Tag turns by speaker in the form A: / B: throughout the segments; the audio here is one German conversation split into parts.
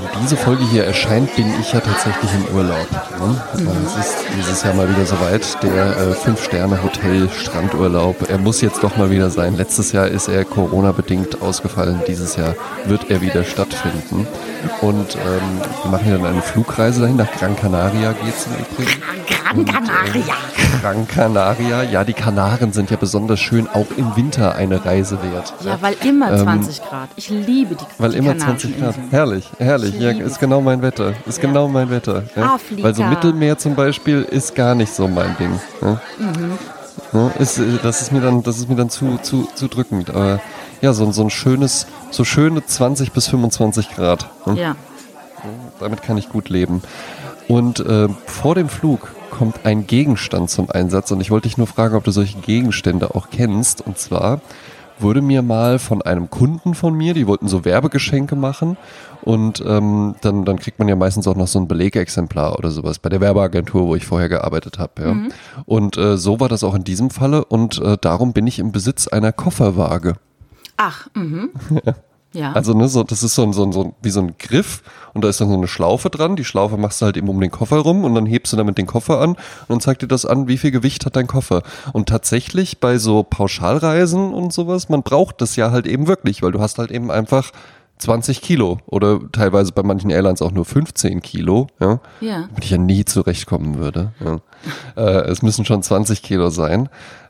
A: wenn diese Folge hier erscheint, bin ich ja tatsächlich im Urlaub. Ne? Es ist dieses Jahr mal wieder soweit, der 5-Sterne-Hotel-Strandurlaub. Er muss jetzt doch mal wieder sein. Letztes Jahr ist er Corona-bedingt ausgefallen. Dieses Jahr wird er wieder stattfinden. Und wir machen ja dann eine Flugreise dahin. Nach Gran Canaria geht es im Übrigen.
B: Gran Canaria.
A: Gran Canaria. Ja, die Kanaren sind ja besonders schön, auch im Winter eine Reise wert.
B: Ja, weil immer 20 Grad. Ich liebe die
A: Weil immer 20 Grad. Herrlich, herrlich. Ja, ist genau mein Wetter. Ist genau mein Wetter. Ja.
B: Afrika.
A: Weil so Mittelmeer zum Beispiel ist gar nicht so mein Ding. Ja. Ja, das ist mir dann zu drückend. Aber ja, so schöne 20 bis 25 Grad.
B: Ja.
A: Damit kann ich gut leben. Und vor dem Flug kommt ein Gegenstand zum Einsatz. Und ich wollte dich nur fragen, ob du solche Gegenstände auch kennst. Und zwar wurde mir mal von einem Kunden von mir, die wollten so Werbegeschenke machen. Und dann kriegt man ja meistens auch noch so ein Belegexemplar oder sowas bei der Werbeagentur, wo ich vorher gearbeitet habe. Ja. Und so war das auch in diesem Falle. Und darum bin ich im Besitz einer Kofferwaage.
B: Ach, ja.
A: Also ne, das ist so wie so ein Griff und da ist dann so eine Schlaufe dran. Die Schlaufe machst du halt eben um den Koffer rum und dann hebst du damit den Koffer an und dann zeigt dir das an, wie viel Gewicht hat dein Koffer. Und tatsächlich bei so Pauschalreisen und sowas, man braucht das ja halt eben wirklich, weil du hast halt eben einfach 20 Kilo oder teilweise bei manchen Airlines auch nur 15 Kilo, ja, womit ich ja nie zurechtkommen würde. Ja. Es müssen schon 20 Kilo sein.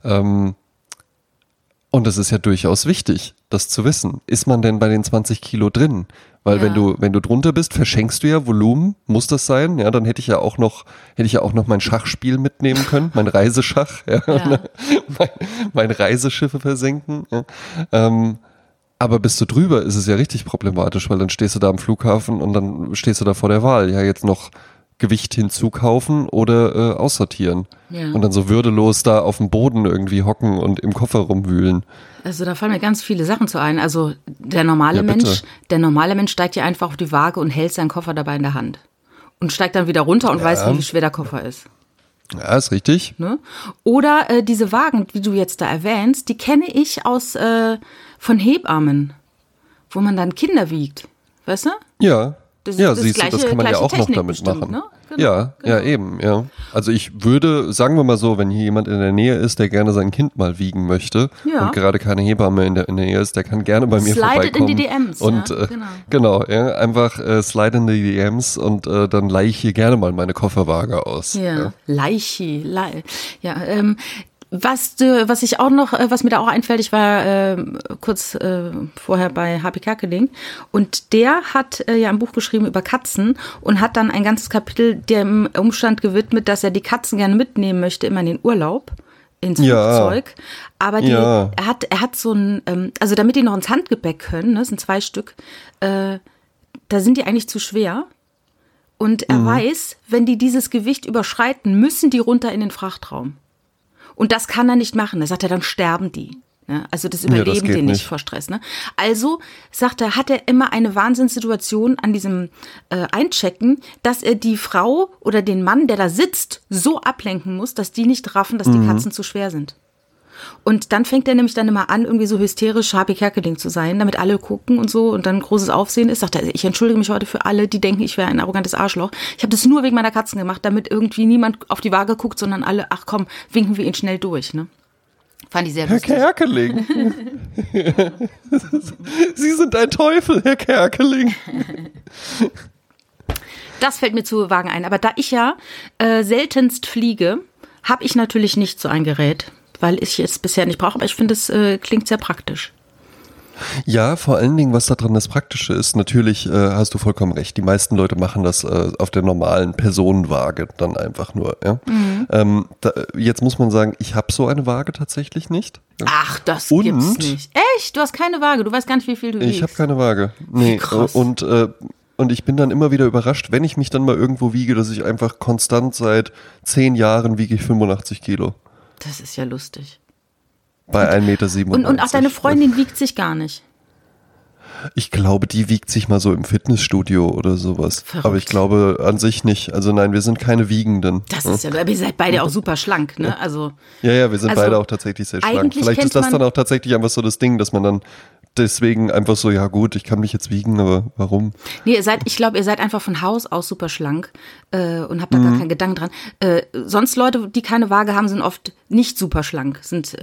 A: Und das ist ja durchaus wichtig, das zu wissen. Ist man denn bei den 20 Kilo drin? Weil wenn du drunter bist, verschenkst du ja Volumen, muss das sein? Ja, dann hätte ich ja auch noch mein Schachspiel mitnehmen können, mein Reiseschach, mein Reiseschiffe versenken. Ja. Aber bist du drüber, ist es ja richtig problematisch, weil dann stehst du da am Flughafen und dann stehst du da vor der Wahl. Ja, jetzt noch Gewicht hinzukaufen oder aussortieren. Ja. Und dann so würdelos da auf dem Boden irgendwie hocken und im Koffer rumwühlen.
B: Also da fallen mir ganz viele Sachen zu ein. Also der normale Mensch steigt ja einfach auf die Waage und hält seinen Koffer dabei in der Hand. Und steigt dann wieder runter und weiß, wie schwer der Koffer ist.
A: Ja, ist richtig.
B: Ne? Oder diese Wagen, wie du jetzt da erwähnst, die kenne ich von Hebammen, wo man dann Kinder wiegt. Weißt du?
A: Ja.
B: Das
A: siehst du, das kann man ja auch noch damit
B: bestimmt,
A: machen.
B: Ne?
A: Genau. Ja, eben, ja. Also ich würde, sagen wir mal so, wenn hier jemand in der Nähe ist, der gerne sein Kind mal wiegen möchte und gerade keine Hebamme in der Nähe ist, der kann gerne bei mir vorbeikommen.
B: Slide in die DMs.
A: Und genau, einfach slide in die DMs und dann leihe ich hier gerne mal meine Kofferwaage aus.
B: Ja. Leichi. Was mir da auch einfällt, ich war kurz vorher bei H.P. Kerkeling und der hat ja ein Buch geschrieben über Katzen und hat dann ein ganzes Kapitel dem Umstand gewidmet, dass er die Katzen gerne mitnehmen möchte, immer in den Urlaub, ins Flugzeug. Aber er hat so ein, also damit die noch ins Handgepäck können, das sind 2 Stück, da sind die eigentlich zu schwer. Und er weiß, wenn die dieses Gewicht überschreiten, müssen die runter in den Frachtraum. Und das kann er nicht machen. Er sagt, dann sterben die. Ja, also das überleben die nicht vor Stress. Ne? Also, sagt er, hat er immer eine Wahnsinnssituation an diesem Einchecken, dass er die Frau oder den Mann, der da sitzt, so ablenken muss, dass die nicht raffen, dass die Katzen zu schwer sind. Und dann fängt er nämlich dann immer an, irgendwie so hysterisch H.P. Kerkeling zu sein, damit alle gucken und so und dann großes Aufsehen ist. Sagt er, ich entschuldige mich heute für alle, die denken, ich wäre ein arrogantes Arschloch. Ich habe das nur wegen meiner Katzen gemacht, damit irgendwie niemand auf die Waage guckt, sondern alle, ach komm, winken wir ihn schnell durch. Ne? Fand ich sehr lustig.
A: Herr Kerkeling. Sie sind ein Teufel, Herr Kerkeling.
B: Das fällt mir zu Wagen ein. Aber da ich ja seltenst fliege, habe ich natürlich nicht so ein Gerät, weil ich es bisher nicht brauche, aber ich finde, es klingt sehr praktisch.
A: Ja, vor allen Dingen, was da dran das Praktische ist, natürlich hast du vollkommen recht, die meisten Leute machen das auf der normalen Personenwaage dann einfach nur. Ja? Jetzt muss man sagen, ich habe so eine Waage tatsächlich nicht. Ja?
B: Ach, das gibt's nicht. Echt? Du hast keine Waage, du weißt gar nicht, wie viel du wiegst.
A: Ich habe keine Waage. Nee, krass. Und ich bin dann immer wieder überrascht, wenn ich mich dann mal irgendwo wiege, dass ich einfach konstant seit 10 Jahren wiege ich 85 Kilo.
B: Das ist ja lustig.
A: Bei 1,97 Meter.
B: Und auch deine Freundin wiegt sich gar nicht.
A: Ich glaube, die wiegt sich mal so im Fitnessstudio oder sowas. Verrückt. Aber ich glaube an sich nicht. Also nein, wir sind keine Wiegenden.
B: Das ist ja, aber ihr seid beide auch super schlank, ne? Also,
A: ja, wir sind beide auch tatsächlich sehr schlank. Vielleicht ist das dann auch tatsächlich einfach so das Ding, dass man dann deswegen einfach so, ja gut, ich kann mich jetzt wiegen, aber warum?
B: Nee, ich glaube, ihr seid einfach von Haus aus super schlank und habt da gar keinen Gedanken dran. Sonst Leute, die keine Waage haben, sind oft nicht super schlank,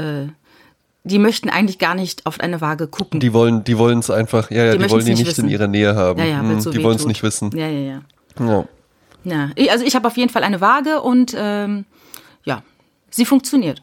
B: die möchten eigentlich gar nicht auf eine Waage gucken.
A: Die wollen es einfach, die wollen die nicht in ihrer Nähe haben.
B: So
A: die wollen es nicht wissen.
B: Ja.
A: Ja.
B: Also ich habe auf jeden Fall eine Waage und sie funktioniert.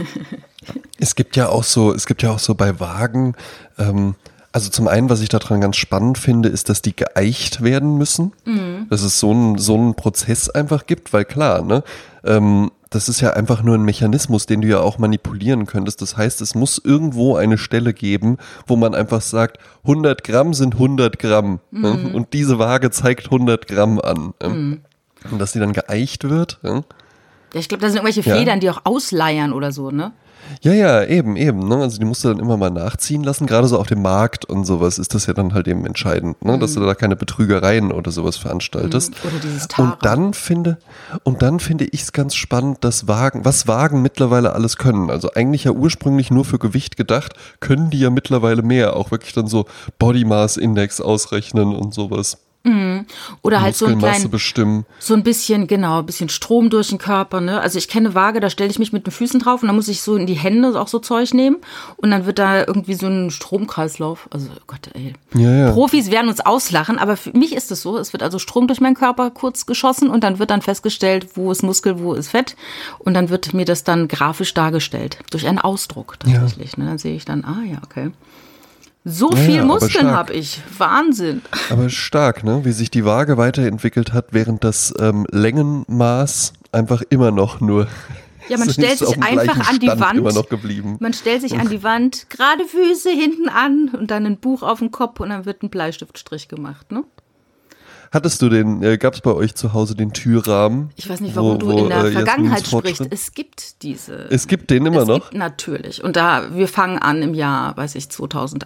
A: Es gibt ja auch so bei Wagen, also zum einen, was ich daran ganz spannend finde, ist, dass die geeicht werden müssen. Dass es so einen Prozess einfach gibt, weil klar, ne, das ist ja einfach nur ein Mechanismus, den du ja auch manipulieren könntest. Das heißt, es muss irgendwo eine Stelle geben, wo man einfach sagt, 100 Gramm sind 100 Gramm. Ne? Und diese Waage zeigt 100 Gramm an. Und dass die dann geeicht wird.
B: Ja, ich glaube, da sind irgendwelche Federn, die auch ausleiern oder so, ne?
A: Ja, eben. Ne? Also die musst du dann immer mal nachziehen lassen. Gerade so auf dem Markt und sowas ist das ja dann halt eben entscheidend, ne? Dass du da keine Betrügereien oder sowas veranstaltest.
B: Oder dieses Tara.
A: Und dann finde ich es ganz spannend, was Wagen mittlerweile alles können. Also eigentlich ja ursprünglich nur für Gewicht gedacht, können die ja mittlerweile mehr. Auch wirklich dann so Body Mass Index ausrechnen und sowas.
B: Oder halt so ein
A: bestimmen.
B: So ein bisschen Strom durch den Körper, ne? Also ich kenne Waage, da stelle ich mich mit den Füßen drauf und dann muss ich so in die Hände auch so Zeug nehmen und dann wird da irgendwie so ein Stromkreislauf. Also Gott, ey.
A: Ja.
B: Profis werden uns auslachen, aber für mich ist es so, es wird also Strom durch meinen Körper kurz geschossen und dann wird dann festgestellt, wo ist Muskel, wo ist Fett und dann wird mir das dann grafisch dargestellt durch einen Ausdruck tatsächlich, ne? Dann sehe ich dann, okay. So viel Muskeln habe ich. Wahnsinn.
A: Aber stark, ne? Wie sich die Waage weiterentwickelt hat, während das Längenmaß einfach immer noch nur.
B: Ja, man stellt sich einfach an die Wand.
A: Immer noch geblieben.
B: Man stellt sich an die Wand, gerade Füße hinten an und dann ein Buch auf den Kopf und dann wird ein Bleistiftstrich gemacht, ne?
A: Hattest du gab es bei euch zu Hause den Türrahmen?
B: Ich weiß nicht, warum du in der Vergangenheit sprichst. Es gibt diese.
A: Es gibt den immer noch?
B: Natürlich. Und wir fangen an im Jahr, 2008.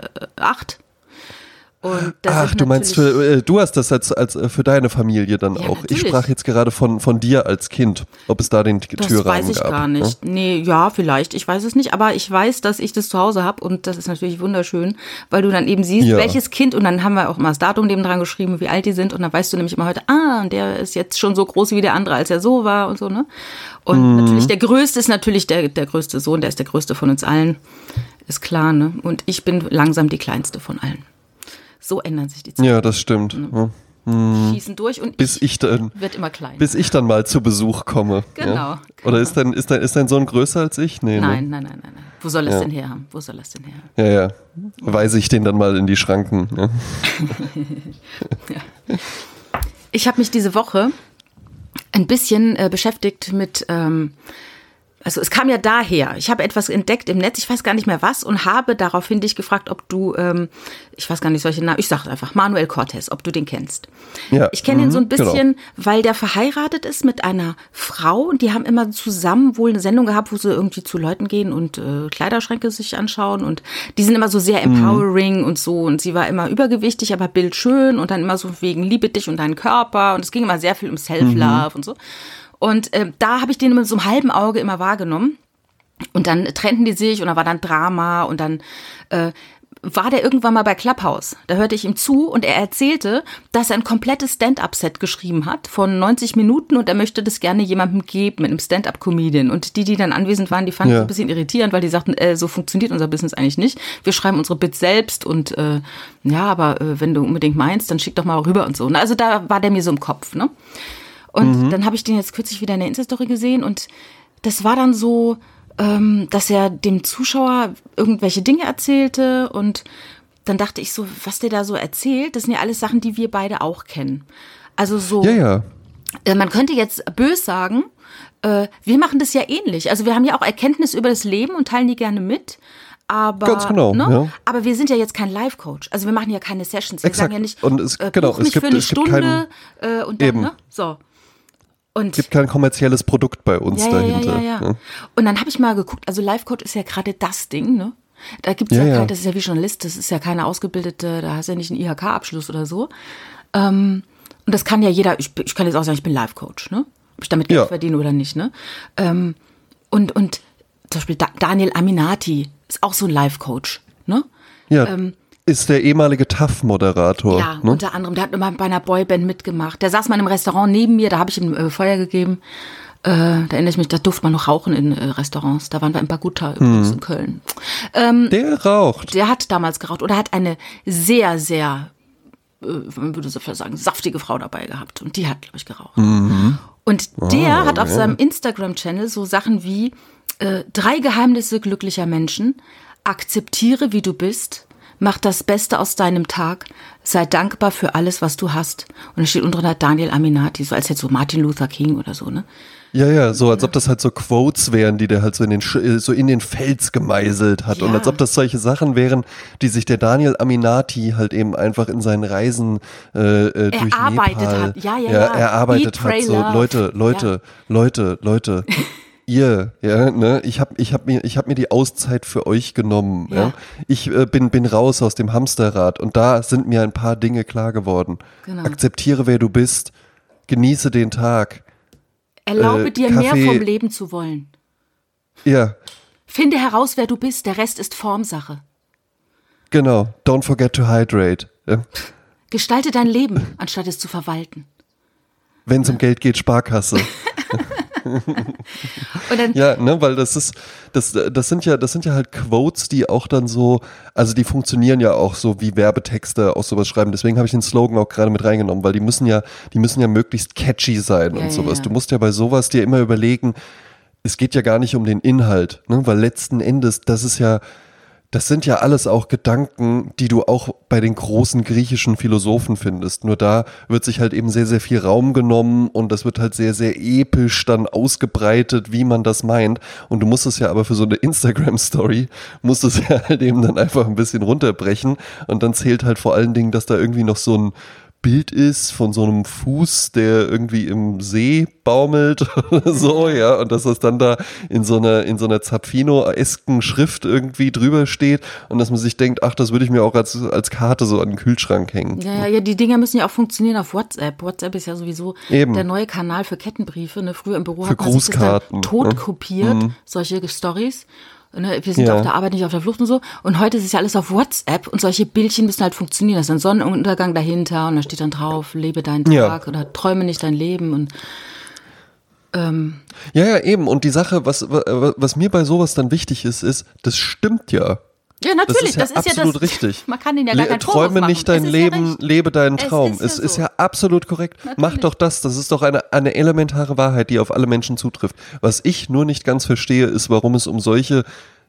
B: Und
A: du meinst, du hast das als für deine Familie dann auch.
B: Natürlich.
A: Ich sprach jetzt gerade von dir als Kind, ob es da den Türrahmen gab.
B: Das weiß ich gar nicht. Ne? Nee, ja, vielleicht, ich weiß es nicht, aber ich weiß, dass ich das zu Hause habe und das ist natürlich wunderschön, weil du dann eben siehst, welches Kind und dann haben wir auch mal das Datum neben dran geschrieben, wie alt die sind und dann weißt du nämlich immer heute, der ist jetzt schon so groß wie der andere, als er so war und so, ne? Und natürlich der Größte ist natürlich der größte Sohn, der ist der größte von uns allen, ist klar, ne? Und ich bin langsam die kleinste von allen. So ändern sich die Zeiten.
A: Ja, das stimmt.
B: Schießen durch und wird immer kleiner.
A: Bis ich dann mal zu Besuch komme.
B: Genau.
A: Ja? Oder ist dein Sohn größer als ich? Nee,
B: nein. Wo soll er es denn her haben?
A: Ja. Weise ich den dann mal in die Schranken. Ja?
B: Ja. Ich habe mich diese Woche ein bisschen beschäftigt mit also es kam ja daher, ich habe etwas entdeckt im Netz, ich weiß gar nicht mehr was und habe daraufhin dich gefragt, ob du, ich weiß gar nicht solche Namen, ich sage einfach, Manuel Cortez, ob du den kennst.
A: Ja.
B: Ich kenne ihn so ein bisschen, weil der verheiratet ist mit einer Frau und die haben immer zusammen wohl eine Sendung gehabt, wo sie irgendwie zu Leuten gehen und Kleiderschränke sich anschauen und die sind immer so sehr empowering und so und sie war immer übergewichtig, aber bildschön und dann immer so wegen liebe dich und deinen Körper und es ging immer sehr viel um Self-Love und so. Und da habe ich den mit so einem halben Auge immer wahrgenommen. Und dann trennten die sich und da war dann Drama und dann war der irgendwann mal bei Clubhouse. Da hörte ich ihm zu und er erzählte, dass er ein komplettes Stand-up-Set geschrieben hat von 90 Minuten und er möchte das gerne jemandem geben, einem Stand-up-Comedian. Und die dann anwesend waren, die fanden es ein bisschen irritierend, weil die sagten, so funktioniert unser Business eigentlich nicht. Wir schreiben unsere Bits selbst und aber wenn du unbedingt meinst, dann schick doch mal rüber und so. Also da war der mir so im Kopf, ne? Und dann habe ich den jetzt kürzlich wieder in der Insta-Story gesehen und das war dann so, dass er dem Zuschauer irgendwelche Dinge erzählte und dann dachte ich so, was der da so erzählt, das sind ja alles Sachen, die wir beide auch kennen. Also so, man könnte jetzt bös sagen, wir machen das ja ähnlich. Also wir haben ja auch Erkenntnis über das Leben und teilen die gerne mit. Aber,
A: ganz genau,
B: ne? Aber wir sind ja jetzt kein Life-Coach. Also wir machen ja keine Sessions. Wir sagen ja nicht,
A: buch mich
B: für eine Stunde und dann,
A: eben.
B: Ne? So. Und
A: es gibt kein kommerzielles Produkt bei uns dahinter.
B: Ja. Und dann habe ich mal geguckt, also Life-Coach ist ja gerade das Ding, ne? Da gibt's das ist ja wie Journalist, das ist ja keine ausgebildete, da hast du ja nicht einen IHK-Abschluss oder so. Und das kann ja jeder, ich kann jetzt auch sagen, ich bin Life-Coach, ne? Ob ich damit Geld verdiene oder nicht, ne? Und zum Beispiel Daniel Aminati ist auch so ein Life-Coach, ne?
A: Ja, ist der ehemalige TAF-Moderator.
B: Ja,
A: ne?
B: unter anderem. Der hat immer bei einer Boyband mitgemacht. Der saß mal im Restaurant neben mir, da habe ich ihm Feuer gegeben. Da erinnere ich mich, da durfte man noch rauchen in Restaurants. Da waren wir in Baguta übrigens in Köln.
A: Der raucht.
B: Der hat damals geraucht oder hat eine sehr, sehr, man würde so sagen, saftige Frau dabei gehabt. Und die hat, glaube ich, geraucht. Und der hat auf seinem Instagram-Channel so Sachen wie 3 Geheimnisse glücklicher Menschen, akzeptiere, wie du bist, mach das Beste aus deinem Tag, sei dankbar für alles, was du hast. Und da steht unter Daniel Aminati, so als jetzt so Martin Luther King oder so, ne?
A: Ja, so als ob das halt so Quotes wären, die der halt so in den Fels gemeißelt hat.
B: Ja.
A: Und als ob das solche Sachen wären, die sich der Daniel Ihr halt eben einfach in seinen Reisen durch
B: erarbeitet
A: Nepal
B: hat. Ja.
A: erarbeitet
B: Eat, pray,
A: hat. So,
B: love.
A: Leute. Ihr, ja, ne, ich hab mir die Auszeit für euch genommen. Ja. Ich bin raus aus dem Hamsterrad und da sind mir ein paar Dinge klar geworden.
B: Genau.
A: Akzeptiere, wer du bist, genieße den Tag.
B: Erlaube dir
A: Kaffee,
B: mehr vom Leben zu wollen.
A: Ja,
B: Finde heraus, wer du bist, der Rest ist Formsache.
A: genau. Don't forget to hydrate. Ja.
B: Gestalte dein Leben, anstatt es zu verwalten.
A: Wenn es um Geld geht, Sparkasse.
B: Und dann,
A: Ja, ne, weil das sind ja halt Quotes, die auch dann so, also die funktionieren ja auch so wie Werbetexte aus sowas schreiben. Deswegen habe ich den Slogan auch gerade mit reingenommen, weil die müssen ja möglichst catchy sein und sowas.
B: Ja.
A: Du musst ja bei sowas dir immer überlegen, es geht ja gar nicht um den Inhalt, ne, weil letzten Endes, das sind ja alles auch Gedanken, die du auch bei den großen griechischen Philosophen findest. Nur da wird sich halt eben sehr, sehr viel Raum genommen und das wird halt sehr, sehr episch dann ausgebreitet, wie man das meint. Und du musst es ja aber für so eine Instagram-Story, musst es ja halt eben dann einfach ein bisschen runterbrechen. Und dann zählt halt vor allen Dingen, dass da irgendwie noch so ein Bild ist von so einem Fuß, der irgendwie im See baumelt oder so, ja, und dass das dann da in so einer Zapfino-esken Schrift irgendwie drüber steht und dass man sich denkt, ach, das würde ich mir auch als Karte so an den Kühlschrank hängen.
B: ja, die Dinger müssen ja auch funktionieren auf WhatsApp. WhatsApp ist ja sowieso
A: Eben.
B: der neue Kanal für Kettenbriefe. Ne? Früher im Büro
A: Für
B: hat man sich das dann
A: Grußkarten,
B: tot
A: ne?
B: kopiert, solche Stories. Ne, wir sind
A: Ja.
B: auf der Arbeit, nicht auf der Flucht und so. Und heute ist es ja alles auf WhatsApp und solche Bildchen müssen halt funktionieren. Da ist ein Sonnenuntergang dahinter und da steht dann drauf, lebe deinen Tag oder träume nicht dein Leben und
A: Ja, eben. Und die Sache, was mir bei sowas dann wichtig ist, das stimmt ja.
B: ja, natürlich,
A: Das ist ja absolut
B: das,
A: richtig.
B: Man kann den ja gar keinen Vorwurf
A: Träume
B: machen.
A: nicht dein
B: Es ist
A: Leben,
B: ja recht.
A: lebe deinen
B: Es
A: Traum.
B: ist ja
A: Es ist
B: so.
A: ja absolut korrekt. Mach
B: Natürlich.
A: doch das. Das ist doch eine elementare Wahrheit, die auf alle Menschen zutrifft. Was ich nur nicht ganz verstehe, ist, warum es um solche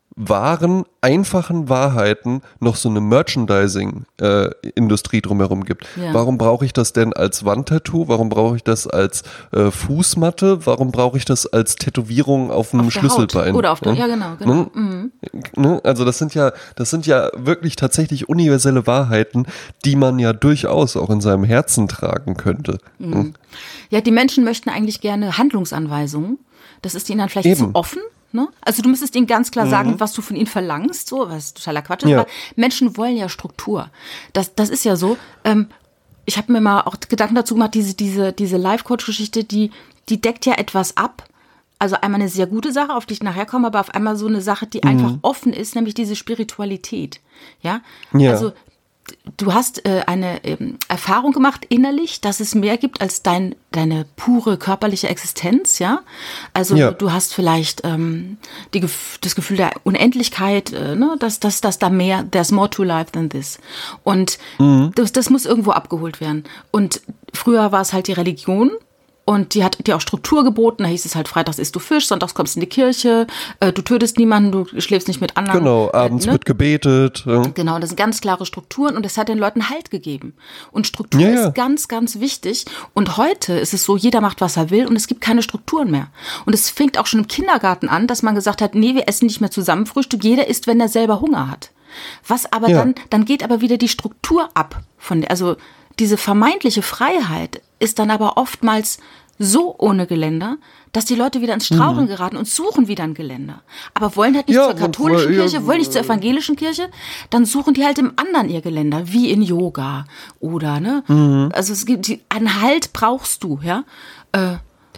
A: einfachen Wahrheiten noch so eine Merchandising-Industrie drumherum gibt.
B: Ja.
A: Warum brauche ich das denn als Wandtattoo? Warum brauche ich das als Fußmatte? Warum brauche ich das als Tätowierung auf einem
B: Auf der
A: Schlüsselbein?
B: Haut. Oder auf der, ja, genau.
A: Ne? Also das sind ja wirklich tatsächlich universelle Wahrheiten, die man ja durchaus auch in seinem Herzen tragen könnte.
B: Ja, die Menschen möchten eigentlich gerne Handlungsanweisungen. Das ist ihnen dann vielleicht zu offen. Ne? Also du müsstest ihnen ganz klar sagen, was du von ihnen verlangst, so, was totaler Quatsch ist.
A: Ja.
B: Aber Menschen wollen ja Struktur. Das ist ja so. Ich habe mir mal auch Gedanken dazu gemacht, diese Life-Coach-Geschichte, die deckt ja etwas ab. Also einmal eine sehr gute Sache, auf die ich nachher komme, aber auf einmal so eine Sache, die einfach offen ist, nämlich diese Spiritualität. Ja. Also du hast eine Erfahrung gemacht innerlich, dass es mehr gibt als deine pure körperliche Existenz, ja. Also du hast vielleicht das Gefühl der Unendlichkeit, ne? dass da mehr, there's more to life than this. Und das muss irgendwo abgeholt werden. Und früher war es halt die Religion. Und die hat dir auch Struktur geboten. Da hieß es halt, freitags isst du Fisch, sonntags kommst du in die Kirche, du tötest niemanden, du schläfst nicht mit anderen.
A: Genau, abends wird gebetet. Ja.
B: Genau, das sind ganz klare Strukturen und das hat den Leuten Halt gegeben. Und Struktur ist ganz, ganz wichtig. Und heute ist es so, jeder macht, was er will und es gibt keine Strukturen mehr. Und es fängt auch schon im Kindergarten an, dass man gesagt hat, nee, wir essen nicht mehr zusammen Frühstück, jeder isst, wenn er selber Hunger hat. Was aber dann geht aber wieder die Struktur ab. Also diese vermeintliche Freiheit ist dann aber oftmals so ohne Geländer, dass die Leute wieder ins Straucheln geraten und suchen wieder ein Geländer. Aber wollen halt nicht zur katholischen Kirche, wollen nicht zur evangelischen Kirche, dann suchen die halt im anderen ihr Geländer, wie in Yoga oder, ne? Also es gibt, einen Halt brauchst du, ja?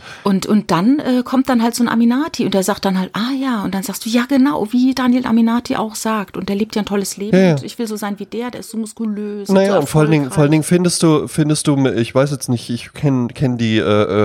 B: Und dann kommt dann halt so ein Aminati und der sagt dann halt, und dann sagst du, ja genau, wie Daniel Aminati auch sagt und der lebt ja ein tolles Leben und ich will so sein wie der ist so muskulös.
A: Naja,
B: und
A: und vor allen Dingen findest du, ich weiß jetzt nicht, ich kenn die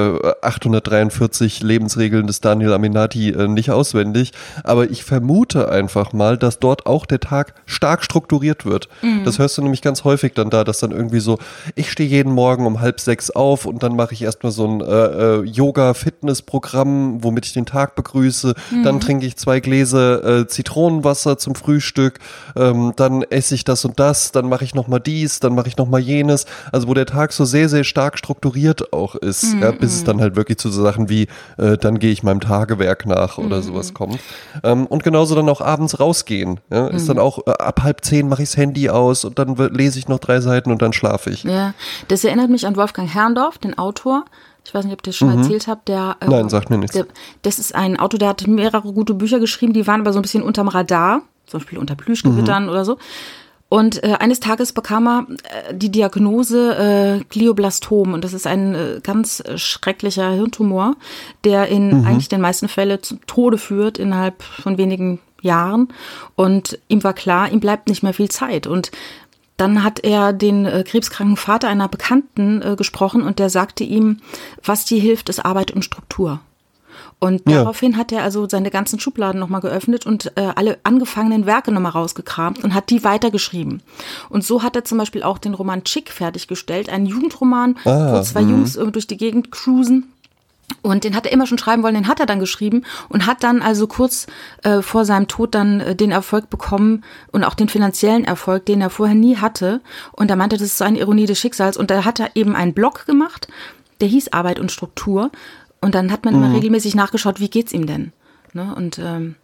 A: 843 Lebensregeln des Daniel Aminati nicht auswendig, aber ich vermute einfach mal, dass dort auch der Tag stark strukturiert wird. Das hörst du nämlich ganz häufig dann da, dass dann irgendwie so, ich stehe jeden Morgen um 5:30 auf und dann mache ich erstmal so ein Yoga-Fitness-Programm, womit ich den Tag begrüße, dann trinke ich 2 Gläser Zitronenwasser zum Frühstück, dann esse ich das und das, dann mache ich nochmal dies, dann mache ich nochmal jenes, also wo der Tag so sehr, sehr stark strukturiert auch ist, bis es dann halt wirklich zu so Sachen wie, dann gehe ich meinem Tagewerk nach oder sowas kommt. Und genauso dann auch abends rausgehen, ist dann auch ab 9:30 mache ich das Handy aus und dann lese ich noch 3 Seiten und dann schlafe ich.
B: Ja, das erinnert mich an Wolfgang Herrndorf, den Autor. Ich weiß nicht, ob ihr das schon erzählt habt.
A: Nein, sagt mir nichts.
B: Das ist ein Autor, der hat mehrere gute Bücher geschrieben, die waren aber so ein bisschen unterm Radar, zum Beispiel unter Plüschgewittern oder so. Und eines Tages bekam er die Diagnose Glioblastom und das ist ein ganz schrecklicher Hirntumor, der in eigentlich den meisten Fällen zum Tode führt innerhalb von wenigen Jahren. Und ihm war klar, ihm bleibt nicht mehr viel Zeit. Und dann hat er den krebskranken Vater einer Bekannten gesprochen und der sagte ihm, was dir hilft, ist Arbeit und Struktur. Und daraufhin hat er also seine ganzen Schubladen nochmal geöffnet und alle angefangenen Werke nochmal rausgekramt und hat die weitergeschrieben. Und so hat er zum Beispiel auch den Roman Chick fertiggestellt, einen Jugendroman, wo 2 Jungs durch die Gegend cruisen. Und den hat er immer schon schreiben wollen, den hat er dann geschrieben und hat dann also kurz vor seinem Tod dann den Erfolg bekommen und auch den finanziellen Erfolg, den er vorher nie hatte. Und er meinte, das ist so eine Ironie des Schicksals. Und da hat er eben einen Blog gemacht, der hieß Arbeit und Struktur. Und dann hat man immer regelmäßig nachgeschaut, wie geht's ihm denn? Ne? Und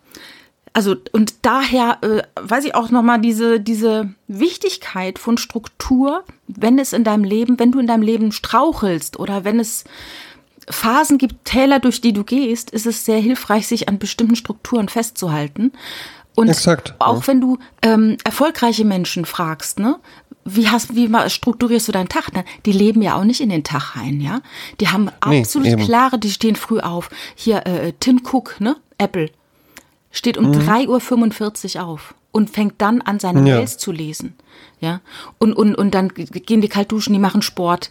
B: und daher weiß ich auch nochmal diese Wichtigkeit von Struktur, wenn du in deinem Leben strauchelst oder wenn es Phasen gibt, Täler, durch die du gehst, ist es sehr hilfreich, sich an bestimmten Strukturen festzuhalten. Und auch wenn du erfolgreiche Menschen fragst, ne, wie strukturierst du deinen Tag? Ne? Die leben ja auch nicht in den Tag rein, ja. Die haben absolut klare, die stehen früh auf. Hier, Tim Cook, ne, Apple, steht um 3:45 Uhr auf und fängt dann an, seine Mails zu lesen, ja. Und dann gehen die kalt duschen, die machen Sport,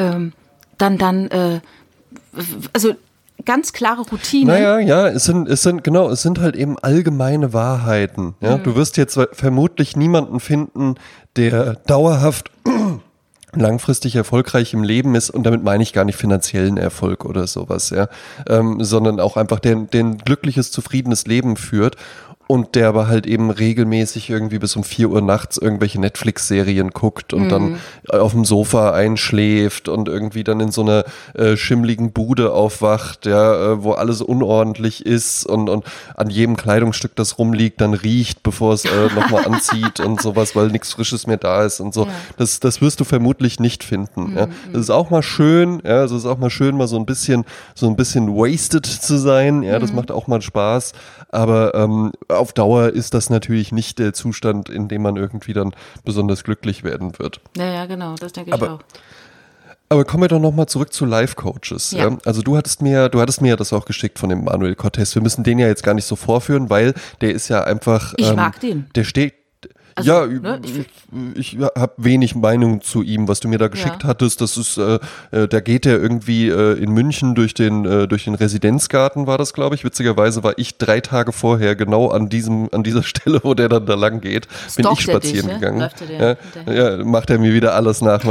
B: also ganz klare Routinen.
A: Naja, es sind halt eben allgemeine Wahrheiten. Ja? Du wirst jetzt vermutlich niemanden finden, der dauerhaft langfristig erfolgreich im Leben ist, und damit meine ich gar nicht finanziellen Erfolg oder sowas, ja, sondern auch einfach der ein glückliches, zufriedenes Leben führt. Und der aber halt eben regelmäßig irgendwie bis um 4 Uhr nachts irgendwelche Netflix-Serien guckt und dann auf dem Sofa einschläft und irgendwie dann in so einer schimmligen Bude aufwacht, ja, wo alles unordentlich ist und an jedem Kleidungsstück, das rumliegt, dann riecht, bevor es nochmal anzieht und sowas, weil nichts Frisches mehr da ist und so. Ja. Das wirst du vermutlich nicht finden. Ja. Das ist auch mal schön, ja, also es ist auch mal schön, mal so ein bisschen wasted zu sein, ja, das macht auch mal Spaß, aber auf Dauer ist das natürlich nicht der Zustand, in dem man irgendwie dann besonders glücklich werden wird.
B: Ja, genau, das denke ich auch.
A: Aber kommen wir doch nochmal zurück zu Life-Coaches. Ja. Ja? Also du hattest mir ja das auch geschickt von dem Manuel Cortez. Wir müssen den ja jetzt gar nicht so vorführen, weil der ist ja einfach...
B: Ich mag den.
A: Der steht... Also, ja, ne, ich habe wenig Meinung zu ihm, was du mir da geschickt hattest. Das ist, da geht er irgendwie in München durch den Residenzgarten, war das, glaube ich. Witzigerweise war ich 3 Tage vorher genau an dieser Stelle, wo der dann da lang geht, bin ich spazieren gegangen. Läuft er macht er mir wieder alles nach,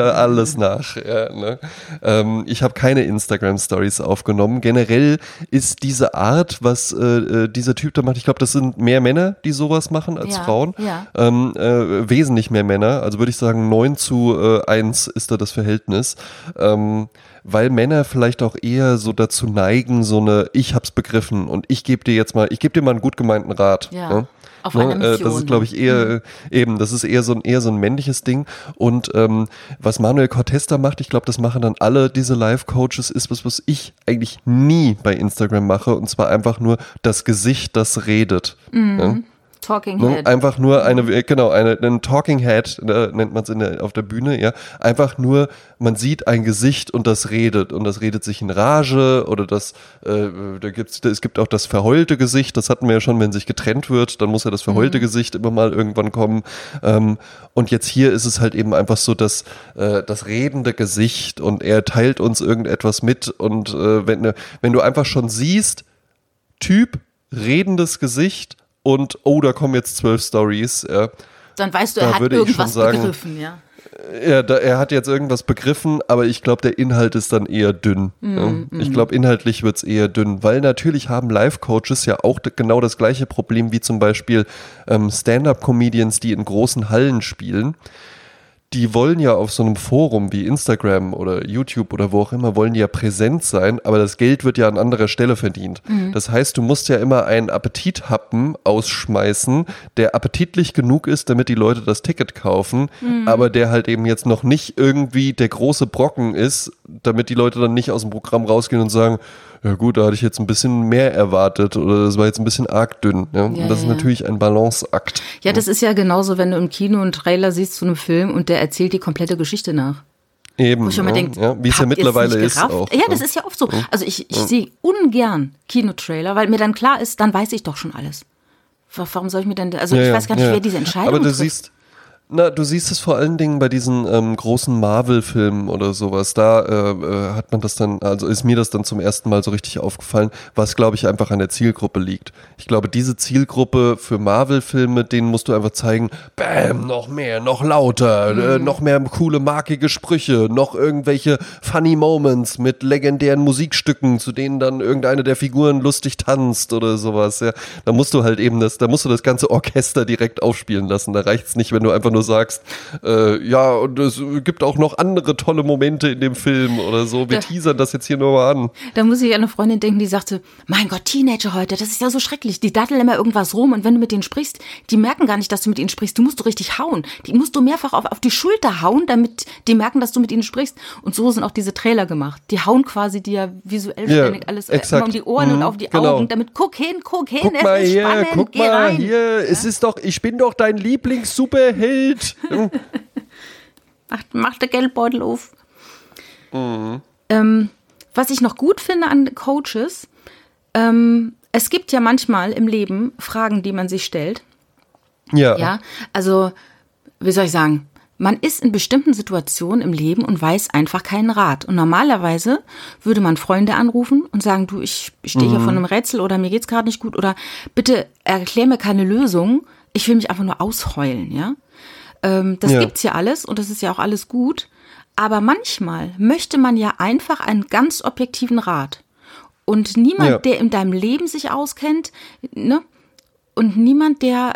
A: Ja, ne? Ich habe keine Instagram-Stories aufgenommen. Generell ist diese Art, was dieser Typ da macht, ich glaube, das sind mehr Männer, die sowas machen als Frauen. Ja. Wesentlich mehr Männer, also würde ich sagen 9:1 ist da das Verhältnis, weil Männer vielleicht auch eher so dazu neigen, so eine ich hab's begriffen und ich gebe dir mal einen gut gemeinten Rat.
B: Ja. Ne? Auf einer Mission.
A: Das ist, glaube ich, eher das ist eher so ein männliches Ding. Und was Manuel Cortez da macht, ich glaube, das machen dann alle diese Life-Coaches, ist was ich eigentlich nie bei Instagram mache, und zwar einfach nur das Gesicht, das redet.
B: Mhm.
A: Ja?
B: Talking
A: Ne?
B: Head.
A: Einfach nur einen Talking Head, nennt man es auf der Bühne, ja. Einfach nur, man sieht ein Gesicht und das redet sich in Rage oder es gibt auch das verheulte Gesicht, das hatten wir ja schon, wenn sich getrennt wird, dann muss ja das verheulte Gesicht immer mal irgendwann kommen. Und jetzt hier ist es halt eben einfach so, dass das redende Gesicht und er teilt uns irgendetwas mit und wenn du einfach schon siehst, Typ, redendes Gesicht und da kommen jetzt 12 Stories. Ja.
B: Dann weißt du, er hat irgendwas begriffen, ja.
A: Ja, er hat jetzt irgendwas begriffen, aber ich glaube, der Inhalt ist dann eher dünn. Ich glaube, inhaltlich wird es eher dünn, weil natürlich haben Life-Coaches ja auch genau das gleiche Problem wie zum Beispiel Stand-Up-Comedians, die in großen Hallen spielen. Die wollen ja auf so einem Forum wie Instagram oder YouTube oder wo auch immer, wollen die ja präsent sein, aber das Geld wird ja an anderer Stelle verdient. Das heißt, du musst ja immer einen Appetithappen ausschmeißen, der appetitlich genug ist, damit die Leute das Ticket kaufen, aber der halt eben jetzt noch nicht irgendwie der große Brocken ist, damit die Leute dann nicht aus dem Programm rausgehen und sagen, ja gut, da hatte ich jetzt ein bisschen mehr erwartet oder das war jetzt ein bisschen arg dünn. Ja? Und das ist natürlich ein Balanceakt.
B: Ja, das ist ja genauso, wenn du im Kino einen Trailer siehst zu einem Film und der erzählt die komplette Geschichte nach.
A: Eben,
B: wo ich immer denke,
A: wie es ja mittlerweile ist auch.
B: Ja, das ist ja oft so. Also ich sehe ungern Kinotrailer, weil mir dann klar ist, dann weiß ich doch schon alles. Warum soll ich mir denn, ich weiß gar nicht, wer diese Entscheidung
A: trifft.
B: Aber
A: du siehst es vor allen Dingen bei diesen großen Marvel-Filmen oder sowas. Da hat man das dann, also ist mir das dann zum ersten Mal so richtig aufgefallen, was, glaube ich, einfach an der Zielgruppe liegt. Ich glaube, diese Zielgruppe für Marvel-Filme, denen musst du einfach zeigen, bam, noch mehr, noch lauter, noch mehr coole, markige Sprüche, noch irgendwelche funny Moments mit legendären Musikstücken, zu denen dann irgendeine der Figuren lustig tanzt oder sowas. Ja. Da musst du halt eben das ganze Orchester direkt aufspielen lassen. Da reicht's nicht, wenn du einfach nur sagst, und es gibt auch noch andere tolle Momente in dem Film oder so. Wir teasern das jetzt hier nur mal an.
B: Da muss ich an eine Freundin denken, die sagte, mein Gott, Teenager heute, das ist ja so schrecklich. Die datteln immer irgendwas rum und wenn du mit denen sprichst, die merken gar nicht, dass du mit ihnen sprichst. Du musst du richtig hauen. Die musst du mehrfach auf die Schulter hauen, damit die merken, dass du mit ihnen sprichst. Und so sind auch diese Trailer gemacht. Die hauen quasi dir visuell ständig alles immer um die Ohren und auf die Augen, damit guck hin,
A: guck mal
B: es ist
A: hier,
B: spannend,
A: guck
B: geh
A: mal
B: rein.
A: hier, ich bin doch dein Lieblings-Superheld.
B: Mach der Geldbeutel auf. Was ich noch gut finde an Coaches, es gibt ja manchmal im Leben Fragen, die man sich stellt. Ja, also, wie soll ich sagen, man ist in bestimmten Situationen im Leben und weiß einfach keinen Rat. Und normalerweise würde man Freunde anrufen und sagen, du, ich stehe hier vor einem Rätsel oder mir geht's gerade nicht gut oder bitte erklär mir keine Lösung, ich will mich einfach nur ausheulen, ja. Das gibt's ja alles und das ist ja auch alles gut. Aber manchmal möchte man ja einfach einen ganz objektiven Rat. Und niemand, der in deinem Leben sich auskennt, ne? Und niemand, der,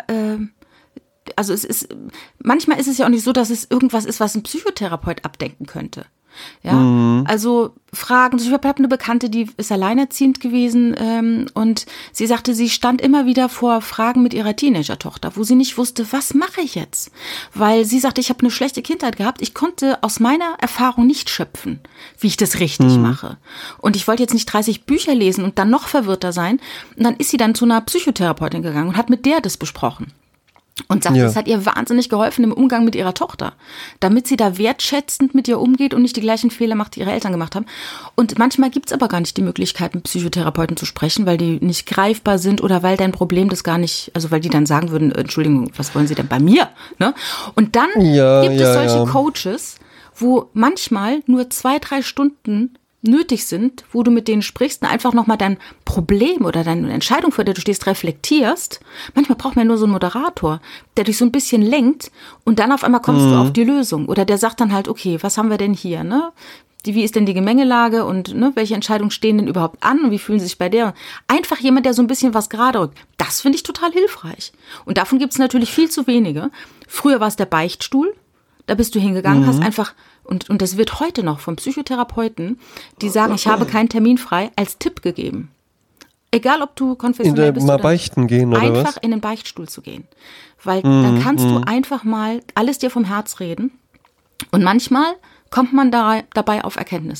B: manchmal ist es ja auch nicht so, dass es irgendwas ist, was ein Psychotherapeut abdenken könnte. Ja, also Fragen, ich habe eine Bekannte, die ist alleinerziehend gewesen und sie sagte, sie stand immer wieder vor Fragen mit ihrer Teenager-Tochter, wo sie nicht wusste, was mache ich jetzt? Weil sie sagte, ich habe eine schlechte Kindheit gehabt, ich konnte aus meiner Erfahrung nicht schöpfen, wie ich das richtig mache. Und ich wollte jetzt nicht 30 Bücher lesen und dann noch verwirrter sein. Und dann ist sie dann zu einer Psychotherapeutin gegangen und hat mit der das besprochen. Und sagt, das hat ihr wahnsinnig geholfen im Umgang mit ihrer Tochter, damit sie da wertschätzend mit ihr umgeht und nicht die gleichen Fehler macht, die ihre Eltern gemacht haben. Und manchmal gibt's aber gar nicht die Möglichkeit, mit Psychotherapeuten zu sprechen, weil die nicht greifbar sind oder weil dein Problem das gar nicht, also weil die dann sagen würden, Entschuldigung, was wollen Sie denn bei mir? Ne? Und dann gibt es solche Coaches, wo manchmal nur 2-3 Stunden nötig sind, wo du mit denen sprichst und einfach nochmal dein Problem oder deine Entscheidung, vor der du stehst, reflektierst. Manchmal braucht man nur so einen Moderator, der dich so ein bisschen lenkt und dann auf einmal kommst du auf die Lösung. Oder der sagt dann halt, okay, was haben wir denn hier, ne? Wie ist denn die Gemengelage und ne, welche Entscheidungen stehen denn überhaupt an und wie fühlen sie sich bei der? Einfach jemand, der so ein bisschen was gerade rückt. Das finde ich total hilfreich. Und davon gibt es natürlich viel zu wenige. Früher war es der Beichtstuhl. Da bist du hingegangen, hast einfach, und das wird heute noch von Psychotherapeuten, die sagen, ich habe keinen Termin frei, als Tipp gegeben. Egal, ob du konfessionell bist
A: mal
B: oder
A: beichten gehen oder
B: einfach
A: was?
B: in den Beichtstuhl zu gehen. Weil dann kannst du einfach mal alles dir vom Herz reden und manchmal kommt man dabei auf Erkenntnisse.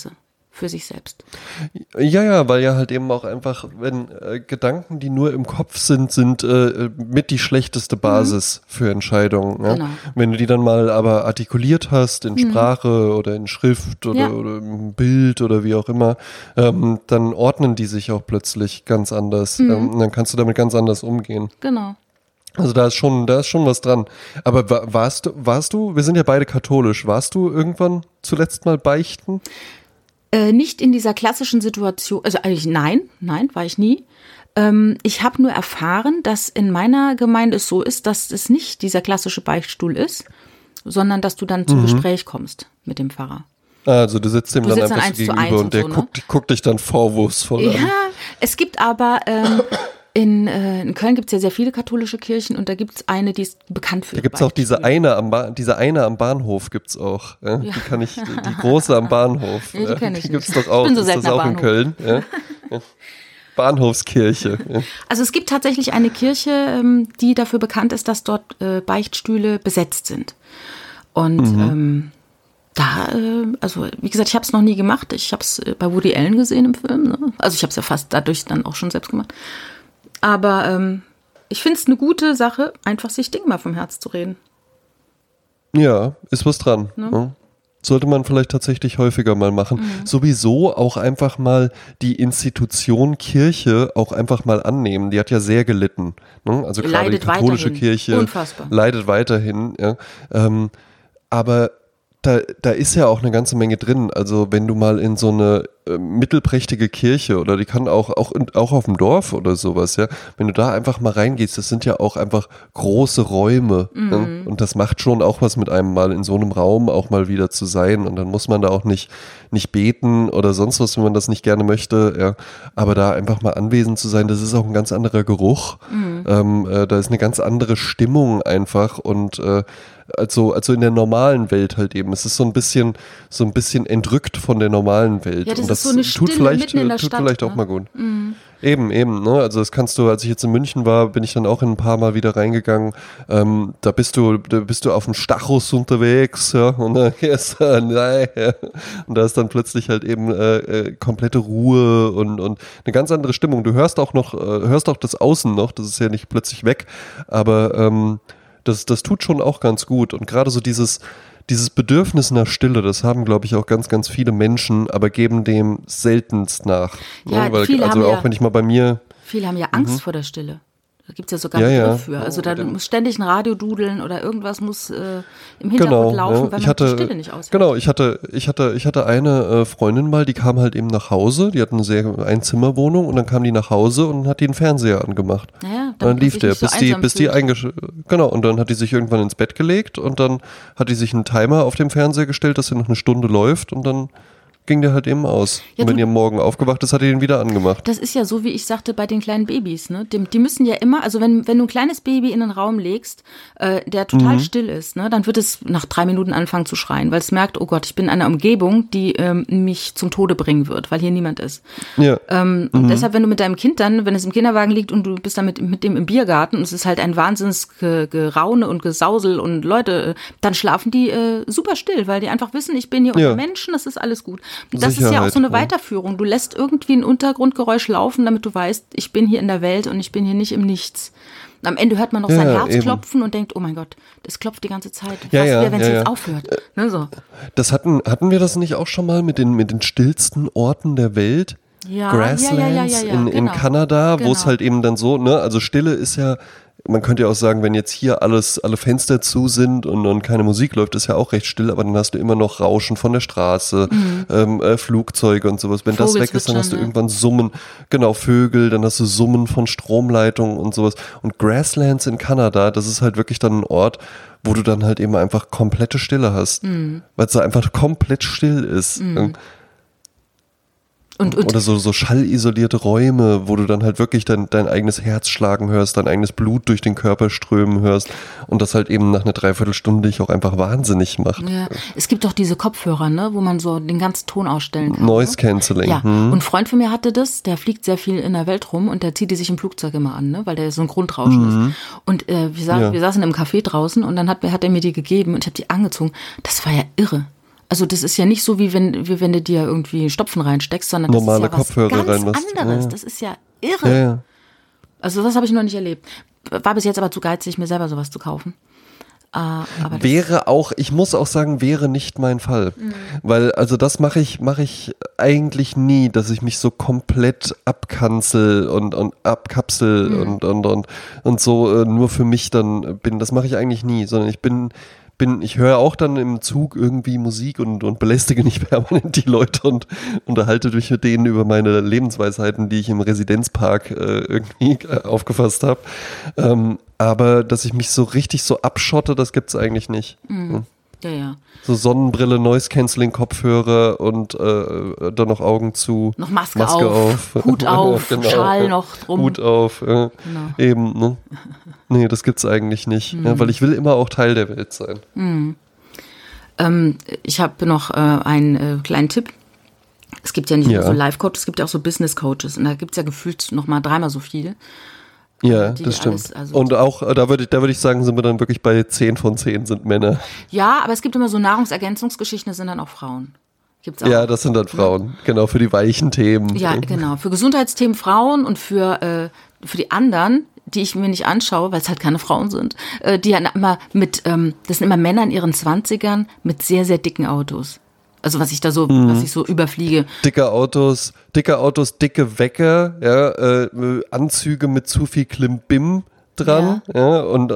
B: für sich selbst.
A: Ja, weil ja halt eben auch einfach, wenn Gedanken, die nur im Kopf sind mit die schlechteste Basis für Entscheidungen. Ja?
B: Genau.
A: Wenn du die dann mal aber artikuliert hast in Sprache oder in Schrift oder im Bild oder wie auch immer, dann ordnen die sich auch plötzlich ganz anders. Und dann kannst du damit ganz anders umgehen.
B: Genau.
A: Also da ist schon was dran. Aber warst du, wir sind ja beide katholisch, warst du irgendwann zuletzt mal beichten?
B: Nicht in dieser klassischen Situation, also eigentlich nein, war ich nie. Ich habe nur erfahren, dass in meiner Gemeinde es so ist, dass es nicht dieser klassische Beichtstuhl ist, sondern dass du dann zum Gespräch kommst mit dem Pfarrer.
A: Also du sitzt dem dann einfach so gegenüber und der guckt dich dann vorwurfsvoll an.
B: Ja, es gibt aber in Köln gibt es ja sehr viele katholische Kirchen und da gibt es eine, die ist bekannt für.
A: Da gibt es auch diese eine am Bahnhof gibt's auch. Ja? Die kann ich, die große am Bahnhof.
B: Ja, die kenne ich
A: die gibt's
B: nicht.
A: doch auch.
B: Ich bin so
A: ist
B: selten
A: das auch
B: am
A: in Köln? Ja? Bahnhofskirche. Ja.
B: Also es gibt tatsächlich eine Kirche, die dafür bekannt ist, dass dort Beichtstühle besetzt sind. Und also wie gesagt, ich habe es noch nie gemacht. Ich habe es bei Woody Allen gesehen im Film. Ne? Also ich habe es ja fast dadurch dann auch schon selbst gemacht. Aber ich finde es eine gute Sache, einfach sich Dinge mal vom Herz zu reden.
A: Ja, ist was dran.
B: Ne?
A: Ja. Sollte man vielleicht tatsächlich häufiger mal machen. Sowieso auch einfach mal die Institution Kirche auch einfach mal annehmen. Die hat ja sehr gelitten. Ne? Also gerade die katholische Kirche
B: Unfassbar.
A: leidet weiterhin. Ja. Aber da ist ja auch eine ganze Menge drin. Also wenn du mal in so eine mittelprächtige Kirche oder die kann auch auf dem Dorf oder sowas, ja, wenn du da einfach mal reingehst, das sind ja auch einfach große Räume. Ne? Und das macht schon auch was mit einem, mal in so einem Raum auch mal wieder zu sein. Und dann muss man da auch nicht beten oder sonst was, wenn man das nicht gerne möchte. Ja. Aber da einfach mal anwesend zu sein, das ist auch ein ganz anderer Geruch. Da ist eine ganz andere Stimmung einfach und also in der normalen Welt halt eben. Es ist so ein bisschen entrückt von der normalen Welt.
B: Ja, das
A: und
B: ist so eine Stille mitten in der Stadt,
A: vielleicht auch
B: ne?
A: mal gut. Eben, ne? Also das kannst du, als ich jetzt in München war, bin ich dann auch ein paar Mal wieder reingegangen. Da bist du auf dem Stachus unterwegs, ja, und dann gehst du, und da ist dann plötzlich halt eben komplette Ruhe und eine ganz andere Stimmung. Du hörst auch das Außen noch, das ist ja nicht plötzlich weg, aber das tut schon auch ganz gut. Und gerade so dieses Bedürfnis nach Stille, das haben, glaube ich, auch ganz, ganz viele Menschen, aber geben dem seltenst nach.
B: Ja,
A: ne? Weil,
B: viele
A: also
B: haben
A: auch wenn ich mal bei mir.
B: Viele haben ja Angst vor der Stille. Da gibt es ja sogar einen Begriff für. Also da muss ständig ein Radio dudeln oder irgendwas muss im Hintergrund laufen, weil man die Stille nicht aushält.
A: Genau, ich hatte eine Freundin mal, die kam halt eben nach Hause, die hat eine Einzimmerwohnung und dann kam die nach Hause und hat die den Fernseher angemacht.
B: Naja,
A: dann lief der, bis die genau, und dann hat die sich irgendwann ins Bett gelegt und dann hat die sich einen Timer auf dem Fernseher gestellt, dass er noch eine Stunde läuft und dann ging der halt eben aus.
B: Ja,
A: und wenn ihr morgen aufgewacht ist, hat ihr den wieder angemacht.
B: Das ist ja so, wie ich sagte, bei den kleinen Babys. Ne? Die müssen ja immer, also wenn du ein kleines Baby in einen Raum legst, der total still ist, ne, dann wird es nach 3 Minuten anfangen zu schreien, weil es merkt, oh Gott, ich bin in einer Umgebung, die mich zum Tode bringen wird, weil hier niemand ist.
A: Ja.
B: Und deshalb, wenn du mit deinem Kind dann, wenn es im Kinderwagen liegt und du bist dann mit dem im Biergarten und es ist halt ein wahnsinns Geraune und Gesausel und Leute, dann schlafen die super still, weil die einfach wissen, ich bin hier unter Menschen, das ist alles gut. Und das ist ja auch so eine Weiterführung. Du lässt irgendwie ein Untergrundgeräusch laufen, damit du weißt, ich bin hier in der Welt und ich bin hier nicht im Nichts. Und am Ende hört man noch sein Herz klopfen und denkt, oh mein Gott, das klopft die ganze Zeit. Was wäre, wenn es jetzt aufhört? Ne, so.
A: Das hatten wir das nicht auch schon mal mit den stillsten Orten der Welt?
B: Ja,
A: Grasslands in Kanada, wo es halt eben dann so, ne, also Stille ist ja, man könnte ja auch sagen, wenn jetzt hier alle Fenster zu sind und keine Musik läuft, ist ja auch recht still, aber dann hast du immer noch Rauschen von der Straße, Flugzeuge und sowas. Wenn das weg ist, dann hast du irgendwann Summen, genau, Vögel, dann hast du Summen von Stromleitungen und sowas. Und Grasslands in Kanada, das ist halt wirklich dann ein Ort, wo du dann halt eben einfach komplette Stille hast, weil es da einfach komplett still ist. Oder so schallisolierte Räume, wo du dann halt wirklich dein eigenes Herz schlagen hörst, dein eigenes Blut durch den Körper strömen hörst und das halt eben nach einer Dreiviertelstunde dich auch einfach wahnsinnig macht.
B: Ja, es gibt doch diese Kopfhörer, ne, wo man so den ganzen Ton ausstellen kann.
A: Noise Cancelling.
B: Ja, und ein Freund von mir hatte das, der fliegt sehr viel in der Welt rum und der zieht die sich im Flugzeug immer an, ne, weil der so ein Grundrauschen ist. Und wir saßen im Café draußen und dann hat er mir die gegeben und ich habe die angezogen. Das war ja irre. Also das ist ja nicht so, wie wenn du dir irgendwie Stopfen reinsteckst, sondern
A: normale
B: das ist ja
A: Kopfhörer
B: was ganz
A: reinmachst.
B: anderes.
A: Ja.
B: Das ist ja irre.
A: Ja.
B: Also das habe ich noch nicht erlebt. War bis jetzt aber zu geizig, mir selber sowas zu kaufen. Aber
A: Wäre auch, ich muss auch sagen, wäre nicht mein Fall. Weil, also das mache ich eigentlich nie, dass ich mich so komplett abkanzel und abkapsel und so nur für mich dann bin. Das mache ich eigentlich nie, sondern ich höre auch dann im Zug irgendwie Musik und belästige nicht permanent die Leute und unterhalte mich mit denen über meine Lebensweisheiten, die ich im Residenzpark irgendwie aufgefasst habe. Aber dass ich mich so richtig so abschotte, das gibt's eigentlich nicht.
B: Ja.
A: So Sonnenbrille, Noise-Canceling-Kopfhörer und dann noch Augen zu.
B: Noch Maske auf. Hut auf,
A: genau.
B: Schal noch drum.
A: Hut auf,
B: Genau.
A: eben. Ne? Nee, das gibt's eigentlich nicht. Ja, weil ich will immer auch Teil der Welt sein.
B: Ich habe noch einen kleinen Tipp. Es gibt ja nicht nur so Life-Coaches, es gibt ja auch so Business-Coaches. Und da gibt's ja gefühlt noch mal 3-mal so viel.
A: Ja, das stimmt. Und auch, da würde ich sagen, sind wir dann wirklich bei 10 von 10 sind Männer.
B: Ja, aber es gibt immer so Nahrungsergänzungsgeschichten, das sind dann auch Frauen. Gibt's auch.
A: Ja, das sind dann Frauen. Genau, für die weichen Themen.
B: Ja, genau. Für Gesundheitsthemen Frauen und für die anderen, die ich mir nicht anschaue, weil es halt keine Frauen sind, die ja immer das sind immer Männer in ihren 20ern mit sehr, sehr dicken Autos. Also was ich so überfliege.
A: Dicke Autos, dicke Wecker, ja, Anzüge mit zu viel Klimbim dran, ja, und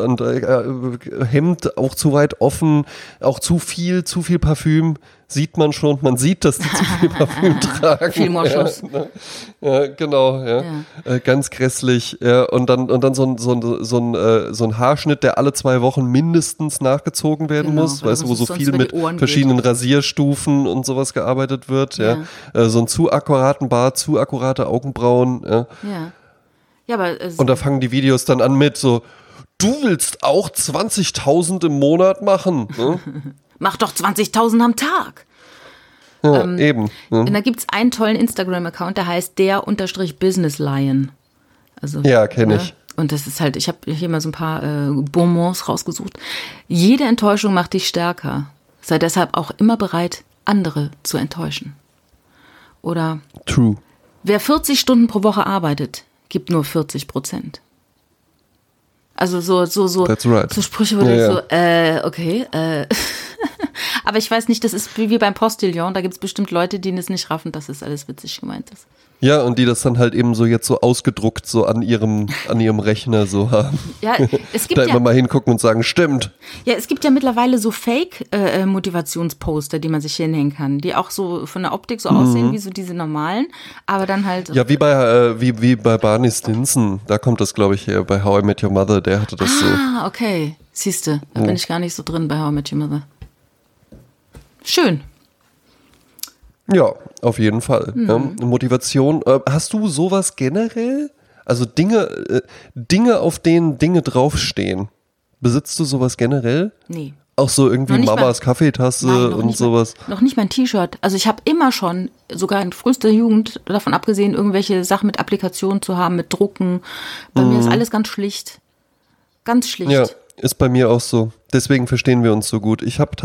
A: Hemd auch zu weit offen, auch zu viel Parfüm. Sieht man schon, man sieht, dass die zu viel Parfüm tragen.
B: Viel Moschus.
A: Ja, genau, ja. Ganz grässlich. Ja. Und dann so ein Haarschnitt, der alle 2 Wochen mindestens nachgezogen werden muss, weißt du, wo so viel mit verschiedenen Rasierstufen und sowas gearbeitet wird. Ja. So einen zu akkuraten Bart, zu akkurate Augenbrauen. Ja.
B: Ja, aber
A: und da fangen die Videos dann an mit so, du willst auch 20.000 im Monat machen, ne?
B: Mach doch 20.000 am Tag.
A: Ja, eben.
B: Und da gibt's einen tollen Instagram-Account, der heißt der_Business-Lion. Also,
A: ja, kenne ich.
B: Und das ist halt, ich habe hier mal so ein paar Bonbons rausgesucht. Jede Enttäuschung macht dich stärker. Sei deshalb auch immer bereit, andere zu enttäuschen. Oder
A: True.
B: Wer 40 Stunden pro Woche arbeitet, gibt nur 40%. Also
A: That's right.
B: so Sprüche, wo du okay. Aber ich weiß nicht, das ist wie beim Postillon, da gibt es bestimmt Leute, die es nicht raffen, dass es alles witzig gemeint ist.
A: Ja, und die das dann halt eben so jetzt so ausgedruckt so an ihrem Rechner so haben.
B: Ja, es gibt
A: da immer mal hingucken und sagen, stimmt.
B: Ja, es gibt ja mittlerweile so Fake-Motivationsposter, die man sich hinhängen kann, die auch so von der Optik so aussehen wie so diese normalen, aber dann halt...
A: Ja, wie bei Barney Stinson, da kommt das, glaube ich, her, bei How I Met Your Mother, der hatte das so.
B: Ah, okay, siehste, da bin ich gar nicht so drin bei How I Met Your Mother. Schön.
A: Ja, auf jeden Fall. Ja, Motivation. Hast du sowas generell? Also Dinge, auf denen Dinge draufstehen. Besitzt du sowas generell?
B: Nee.
A: Auch so irgendwie Mamas Kaffeetasse und sowas?
B: Noch nicht mein T-Shirt. Also ich habe immer schon, sogar in frühester Jugend, davon abgesehen, irgendwelche Sachen mit Applikationen zu haben, mit Drucken. Bei mir ist alles ganz schlicht. Ganz schlicht.
A: Ja, ist bei mir auch so. Deswegen verstehen wir uns so gut. Ich habe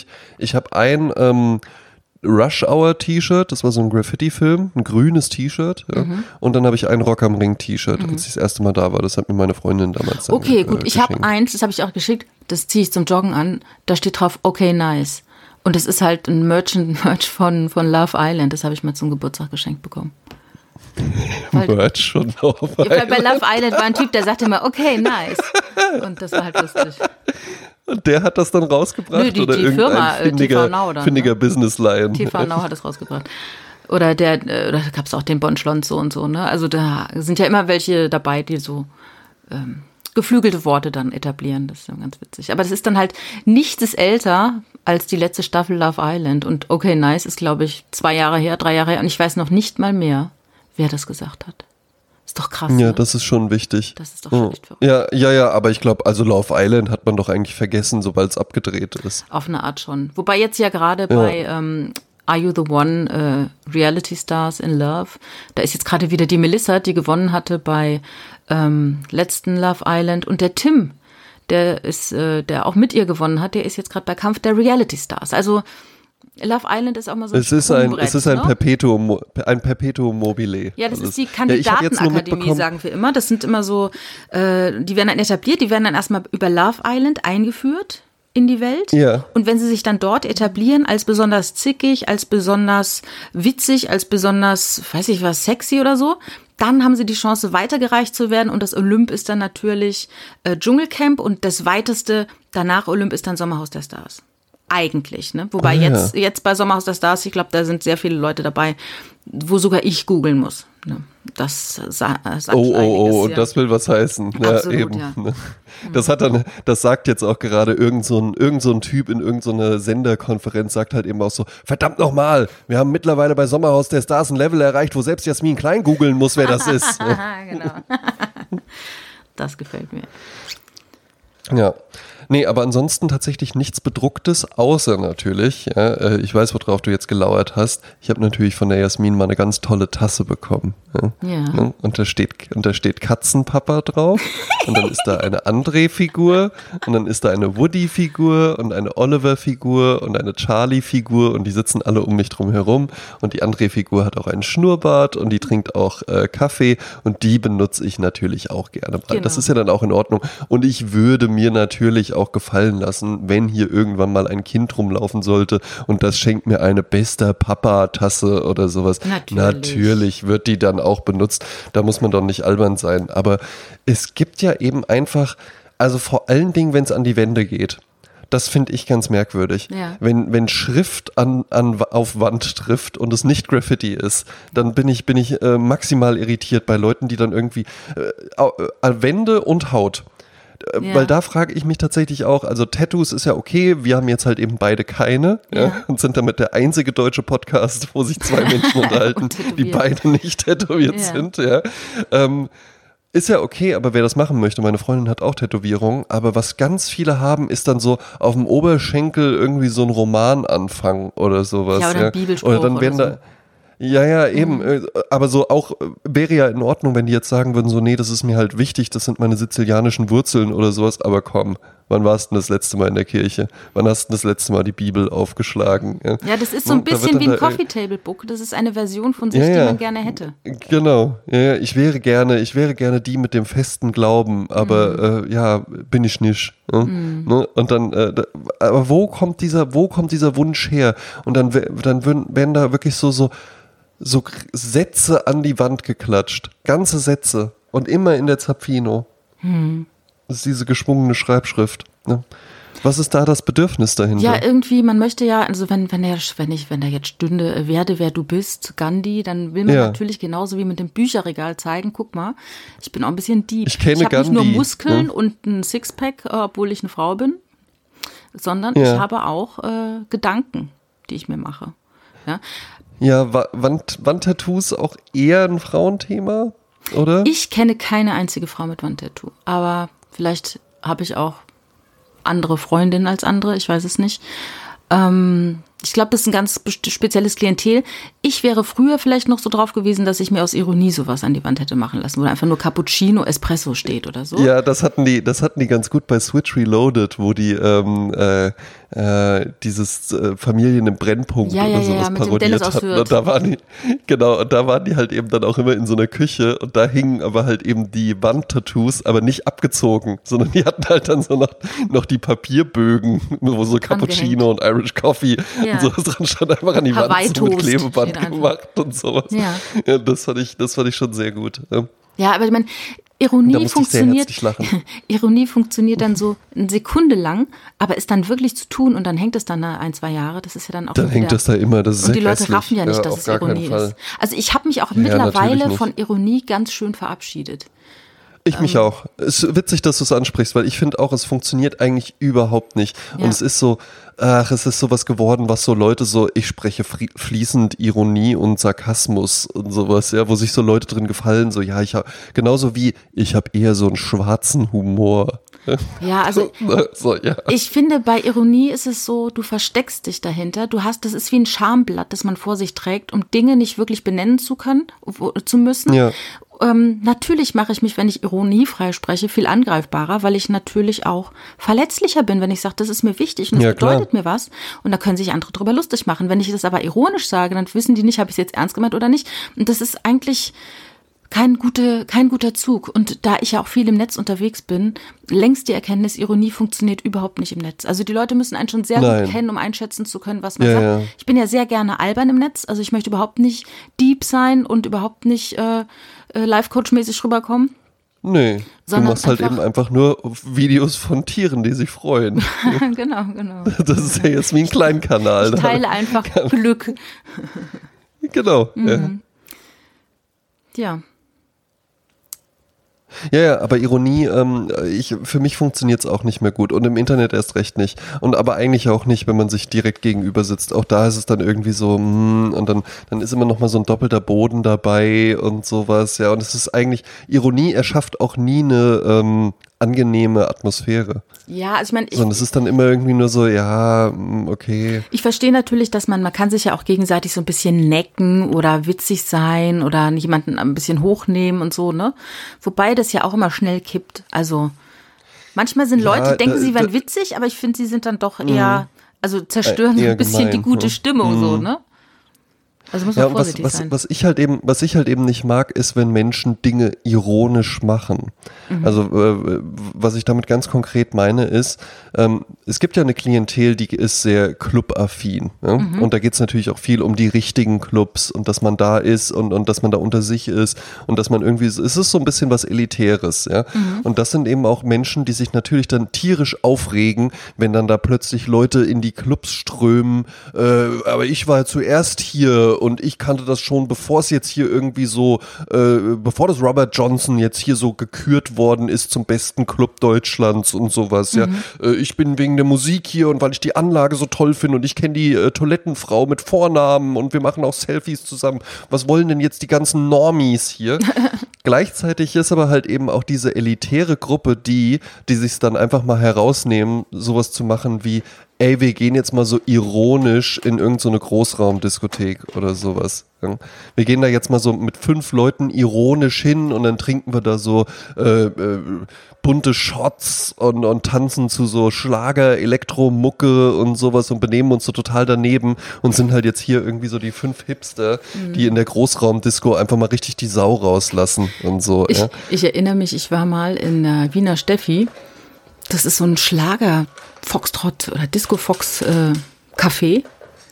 A: ein Rush Hour T-Shirt, das war so ein Graffiti-Film, ein grünes T-Shirt. Ja. Und dann habe ich ein Rock am Ring T-Shirt, als ich das erste Mal da war. Das hat mir meine Freundin damals
B: Okay, gut. Ich habe eins, das habe ich auch geschickt, das ziehe ich zum Joggen an. Da steht drauf, okay, nice. Und das ist halt ein Merch von Love Island. Das habe ich mal zum Geburtstag geschenkt bekommen.
A: Merch von Love Island?
B: Bei Love Island war ein Typ, der sagte immer, okay, nice. Und das war halt lustig.
A: Und der hat das dann rausgebracht?
B: Nö, die
A: Firma,
B: TV Now dann.
A: Findiger Business Lion.
B: TV Now hat es rausgebracht. Oder da gab es auch den Bonschlons so und so, ne? Also da sind ja immer welche dabei, die so geflügelte Worte dann etablieren. Das ist ja ganz witzig. Aber das ist dann halt, nichts ist älter als die letzte Staffel Love Island. Und okay, nice ist, glaube ich, 3 Jahre her. Und ich weiß noch nicht mal mehr, wer das gesagt hat. Ist doch krass.
A: Ja,
B: ne?
A: Das ist schon wichtig.
B: Das ist doch schon echt verrückt.
A: Ja, aber ich glaube, also Love Island hat man doch eigentlich vergessen, sobald es abgedreht ist.
B: Auf eine Art schon. Wobei jetzt ja gerade bei Are You the One? Reality Stars in Love, da ist jetzt gerade wieder die Melissa, die gewonnen hatte bei letzten Love Island, und der Tim, der auch mit ihr gewonnen hat, der ist jetzt gerade bei Kampf der Reality Stars. Also Love Island ist auch mal so
A: es ist ein Perpetuum mobile.
B: Ja, das ist die Kandidatenakademie, sagen wir immer. Das sind immer so, die werden dann etabliert, die werden dann erstmal über Love Island eingeführt in die Welt.
A: Ja.
B: Und wenn sie sich dann dort etablieren als besonders zickig, als besonders witzig, als besonders, weiß ich was, sexy oder so, dann haben sie die Chance, weitergereicht zu werden. Und das Olymp ist dann natürlich Dschungelcamp und das weiteste danach Olymp ist dann Sommerhaus der Stars. Eigentlich, ne? Wobei jetzt bei Sommerhaus der Stars, ich glaube, da sind sehr viele Leute dabei, wo sogar ich googeln muss. Ne? Das sagt einiges.
A: Und das will was heißen.
B: Absolut,
A: ja, eben.
B: Ja.
A: Das sagt jetzt auch gerade irgend so ein Typ in irgendeiner Senderkonferenz, sagt halt eben auch so, verdammt nochmal, wir haben mittlerweile bei Sommerhaus der Stars ein Level erreicht, wo selbst Jasmin Klein googeln muss, wer das ist.
B: Genau. Das gefällt mir.
A: Ja. Nee, aber ansonsten tatsächlich nichts Bedrucktes, außer natürlich, ja, ich weiß, worauf du jetzt gelauert hast. Ich habe natürlich von der Jasmin mal eine ganz tolle Tasse bekommen. Ja. Und da steht Katzenpapa drauf und dann ist da eine André-Figur und dann ist da eine Woody-Figur und eine Oliver-Figur und eine Charlie-Figur und die sitzen alle um mich drum herum und die André-Figur hat auch einen Schnurrbart und die trinkt auch Kaffee und die benutze ich natürlich auch gerne. Genau. Das ist ja dann auch in Ordnung und ich würde mir natürlich auch gefallen lassen, wenn hier irgendwann mal ein Kind rumlaufen sollte und das schenkt mir eine bester Papa-Tasse oder sowas. Natürlich wird die dann auch benutzt. Da muss man doch nicht albern sein. Aber es gibt ja eben einfach, also vor allen Dingen, wenn es an die Wände geht, das finde ich ganz merkwürdig. Ja. Wenn Schrift auf Wand trifft und es nicht Graffiti ist, dann bin ich maximal irritiert bei Leuten, die dann irgendwie Wände und Haut. Ja. Weil da frage ich mich tatsächlich auch, also Tattoos ist ja okay, wir haben jetzt halt eben beide keine und sind damit der einzige deutsche Podcast, wo sich zwei Menschen unterhalten, die beide nicht tätowiert sind. Ja. Ist ja okay, aber wer das machen möchte, meine Freundin hat auch Tätowierungen, aber was ganz viele haben, ist dann so auf dem Oberschenkel irgendwie so ein Romananfang oder sowas.
B: Ja, oder ein Bibelspruch
A: oder dann werden
B: oder so.
A: Ja, eben. Aber so auch wäre ja in Ordnung, wenn die jetzt sagen würden, so, nee, das ist mir halt wichtig, das sind meine sizilianischen Wurzeln oder sowas. Aber komm, wann warst du denn das letzte Mal in der Kirche? Wann hast du das letzte Mal die Bibel aufgeschlagen?
B: Ja, das ist so ein bisschen wie ein Coffee Table Book. Das ist eine Version von sich, die man gerne hätte.
A: Genau. Ja, ich wäre gerne die mit dem festen Glauben, aber bin ich nicht. Ne? Und dann, aber wo kommt dieser Wunsch her? Und dann werden da wirklich so Sätze an die Wand geklatscht. Ganze Sätze. Und immer in der Zapfino. Das ist diese geschwungene Schreibschrift. Ne? Was ist da das Bedürfnis dahinter?
B: Ja, irgendwie, man möchte ja, also wenn da jetzt stünde, werde wer du bist, Gandhi, dann will man natürlich genauso wie mit dem Bücherregal zeigen, guck mal, ich bin auch ein bisschen Dieb. Ich habe nicht nur Muskeln und ein Sixpack, obwohl ich eine Frau bin, sondern ich habe auch Gedanken, die ich mir mache.
A: Ja, Wandtattoos auch eher ein Frauenthema, oder?
B: Ich kenne keine einzige Frau mit Wandtattoo, aber vielleicht habe ich auch andere Freundinnen als andere, ich weiß es nicht. Ich glaube, das ist ein ganz spezielles Klientel. Ich wäre früher vielleicht noch so drauf gewesen, dass ich mir aus Ironie sowas an die Wand hätte machen lassen, wo einfach nur Cappuccino, Espresso steht oder so.
A: Ja, das hatten die ganz gut bei Switch Reloaded, wo die dieses Familien im Brennpunkt oder sowas parodiert hatten. Und da waren die halt eben dann auch immer in so einer Küche und da hingen aber halt eben die Wandtattoos, aber nicht abgezogen, sondern die hatten halt dann so noch die Papierbögen, wo so Cappuccino und Irish Coffee und sowas dran stand, einfach an die Wand so mit Klebeband gemacht und sowas. Ja, das fand ich schon sehr gut.
B: Ja, aber ich meine, Ironie funktioniert dann so eine Sekunde lang, aber ist dann wirklich zu tun und dann hängt es dann 1-2 Jahre. Das ist ja dann auch.
A: Dann hängt es da immer. Das ist
B: und die Leute raffen ja nicht, dass es Ironie ist. Also ich habe mich auch mittlerweile von Ironie ganz schön verabschiedet.
A: Ich mich auch. Es ist witzig, dass du es ansprichst, weil ich finde auch, es funktioniert eigentlich überhaupt nicht. Und es ist so, es ist sowas geworden, was so Leute so, ich spreche fließend Ironie und Sarkasmus und sowas, ja, wo sich so Leute drin gefallen, so, ja, genauso wie, ich habe eher so einen schwarzen Humor.
B: Ja, also ich finde, bei Ironie ist es so, du versteckst dich dahinter. Das ist wie ein Schamblatt, das man vor sich trägt, um Dinge nicht wirklich benennen zu müssen. Ja. natürlich mache ich mich, wenn ich ironiefrei spreche, viel angreifbarer, weil ich natürlich auch verletzlicher bin, wenn ich sage, das ist mir wichtig und das bedeutet mir was. Und da können sich andere drüber lustig machen. Wenn ich das aber ironisch sage, dann wissen die nicht, habe ich es jetzt ernst gemeint oder nicht. Und das ist eigentlich kein guter Zug. Und da ich ja auch viel im Netz unterwegs bin, längst die Erkenntnis, Ironie funktioniert überhaupt nicht im Netz. Also die Leute müssen einen schon sehr gut kennen, um einschätzen zu können, was man sagt. Ja. Ich bin ja sehr gerne albern im Netz. Also ich möchte überhaupt nicht deep sein und überhaupt nicht Life-Coach-mäßig rüberkommen.
A: Nee, du machst halt eben einfach nur Videos von Tieren, die sich freuen.
B: Genau.
A: Das ist ja jetzt wie ein Kleinkanal.
B: Ich teile einfach Glück.
A: Genau,
B: Ja.
A: Ja, aber Ironie, für mich funktioniert es auch nicht mehr gut und im Internet erst recht nicht. Und aber eigentlich auch nicht, wenn man sich direkt gegenüber sitzt. Auch da ist es dann irgendwie so, und dann ist immer noch mal so ein doppelter Boden dabei und sowas. Ja, und es ist eigentlich, Ironie erschafft auch nie eine angenehme Atmosphäre.
B: Ja, also ich meine,
A: sondern es ist dann immer irgendwie nur so, ja, okay.
B: Ich verstehe natürlich, dass man kann sich ja auch gegenseitig so ein bisschen necken oder witzig sein oder jemanden ein bisschen hochnehmen und so, ne? Wobei das ja auch immer schnell kippt. Also manchmal sind Leute, denken, sie wären witzig, aber ich finde, sie sind dann doch eher, also zerstören so ein bisschen die gute Stimmung, so, ne? Also muss man vorsichtig sein.
A: Was ich halt eben nicht mag, ist, wenn Menschen Dinge ironisch machen. Also was ich damit ganz konkret meine ist, es gibt ja eine Klientel, die ist sehr clubaffin. Ja? Und da geht es natürlich auch viel um die richtigen Clubs und dass man da ist und dass man da unter sich ist und dass man irgendwie, es ist so ein bisschen was Elitäres. Ja? Und das sind eben auch Menschen, die sich natürlich dann tierisch aufregen, wenn dann da plötzlich Leute in die Clubs strömen, aber ich war zuerst hier und ich kannte das schon, bevor es jetzt hier irgendwie so, bevor das Robert Johnson jetzt hier so gekürt worden ist zum besten Club Deutschlands und sowas, ja. Ich bin wegen der Musik hier und weil ich die Anlage so toll finde und ich kenne die Toilettenfrau mit Vornamen und wir machen auch Selfies zusammen. Was wollen denn jetzt die ganzen Normies hier? Gleichzeitig ist aber halt eben auch diese elitäre Gruppe, die sich dann einfach mal herausnehmen, sowas zu machen wie, ey, wir gehen jetzt mal so ironisch in irgendeine Großraumdiskothek oder sowas. Wir gehen da jetzt mal so mit 5 Leuten ironisch hin und dann trinken wir da so bunte Shots und tanzen zu so Schlager, Elektromucke und sowas und benehmen uns so total daneben und sind halt jetzt hier irgendwie so die 5 Hipster, die in der Großraumdisco einfach mal richtig die Sau rauslassen und so.
B: Ich erinnere mich, ich war mal in Wiener Steffi. Das ist so ein Schlager-Foxtrott oder Disco-Fox-Café.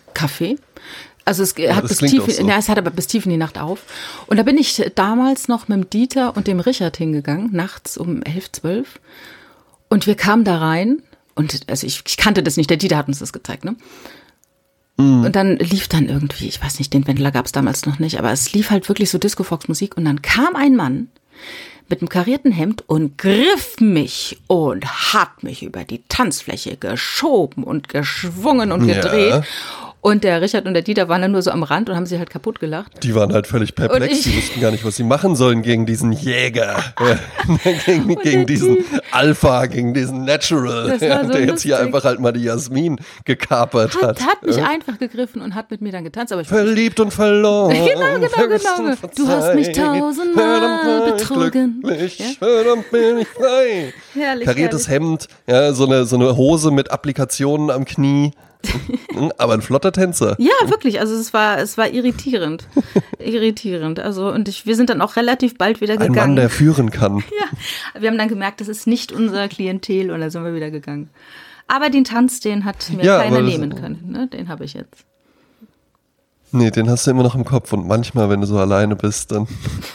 B: Also es hat aber bis tief in die Nacht auf. Und da bin ich damals noch mit dem Dieter und dem Richard hingegangen, nachts um 11, 12. Und wir kamen da rein und also ich kannte das nicht, der Dieter hat uns das gezeigt, ne? Und dann lief dann irgendwie, ich weiß nicht, den Wendler gab es damals noch nicht, aber es lief halt wirklich so Disco-Fox-Musik und dann kam ein Mann mit einem karierten Hemd und griff mich und hat mich über die Tanzfläche geschoben und geschwungen und gedreht. Ja. Und der Richard und der Dieter waren dann nur so am Rand und haben sich halt kaputt gelacht.
A: Die waren halt völlig perplex, die wussten gar nicht, was sie machen sollen gegen diesen Jäger, gegen diesen Alpha, gegen diesen Natural, der lustig. Jetzt hier einfach halt mal die Jasmin gekapert hat.
B: Hat mich einfach gegriffen und hat mit mir dann getanzt. Aber
A: verliebt und verloren.
B: Genau. Du hast mich 1000-mal betrogen.
A: Verdammt bin ich frei.
B: Herrlich,
A: kariertes Hemd, ja, so eine Hose mit Applikationen am Knie. Aber ein flotter Tänzer.
B: Ja, wirklich. Also es war irritierend. Also wir sind dann auch relativ bald wieder gegangen.
A: Ein Mann, der führen kann.
B: Ja, wir haben dann gemerkt, das ist nicht unser Klientel und dann sind wir wieder gegangen. Aber den Tanz, den hat mir keiner nehmen können. Ne? Den habe ich jetzt.
A: Nee, den hast du immer noch im Kopf und manchmal, wenn du so alleine bist, dann...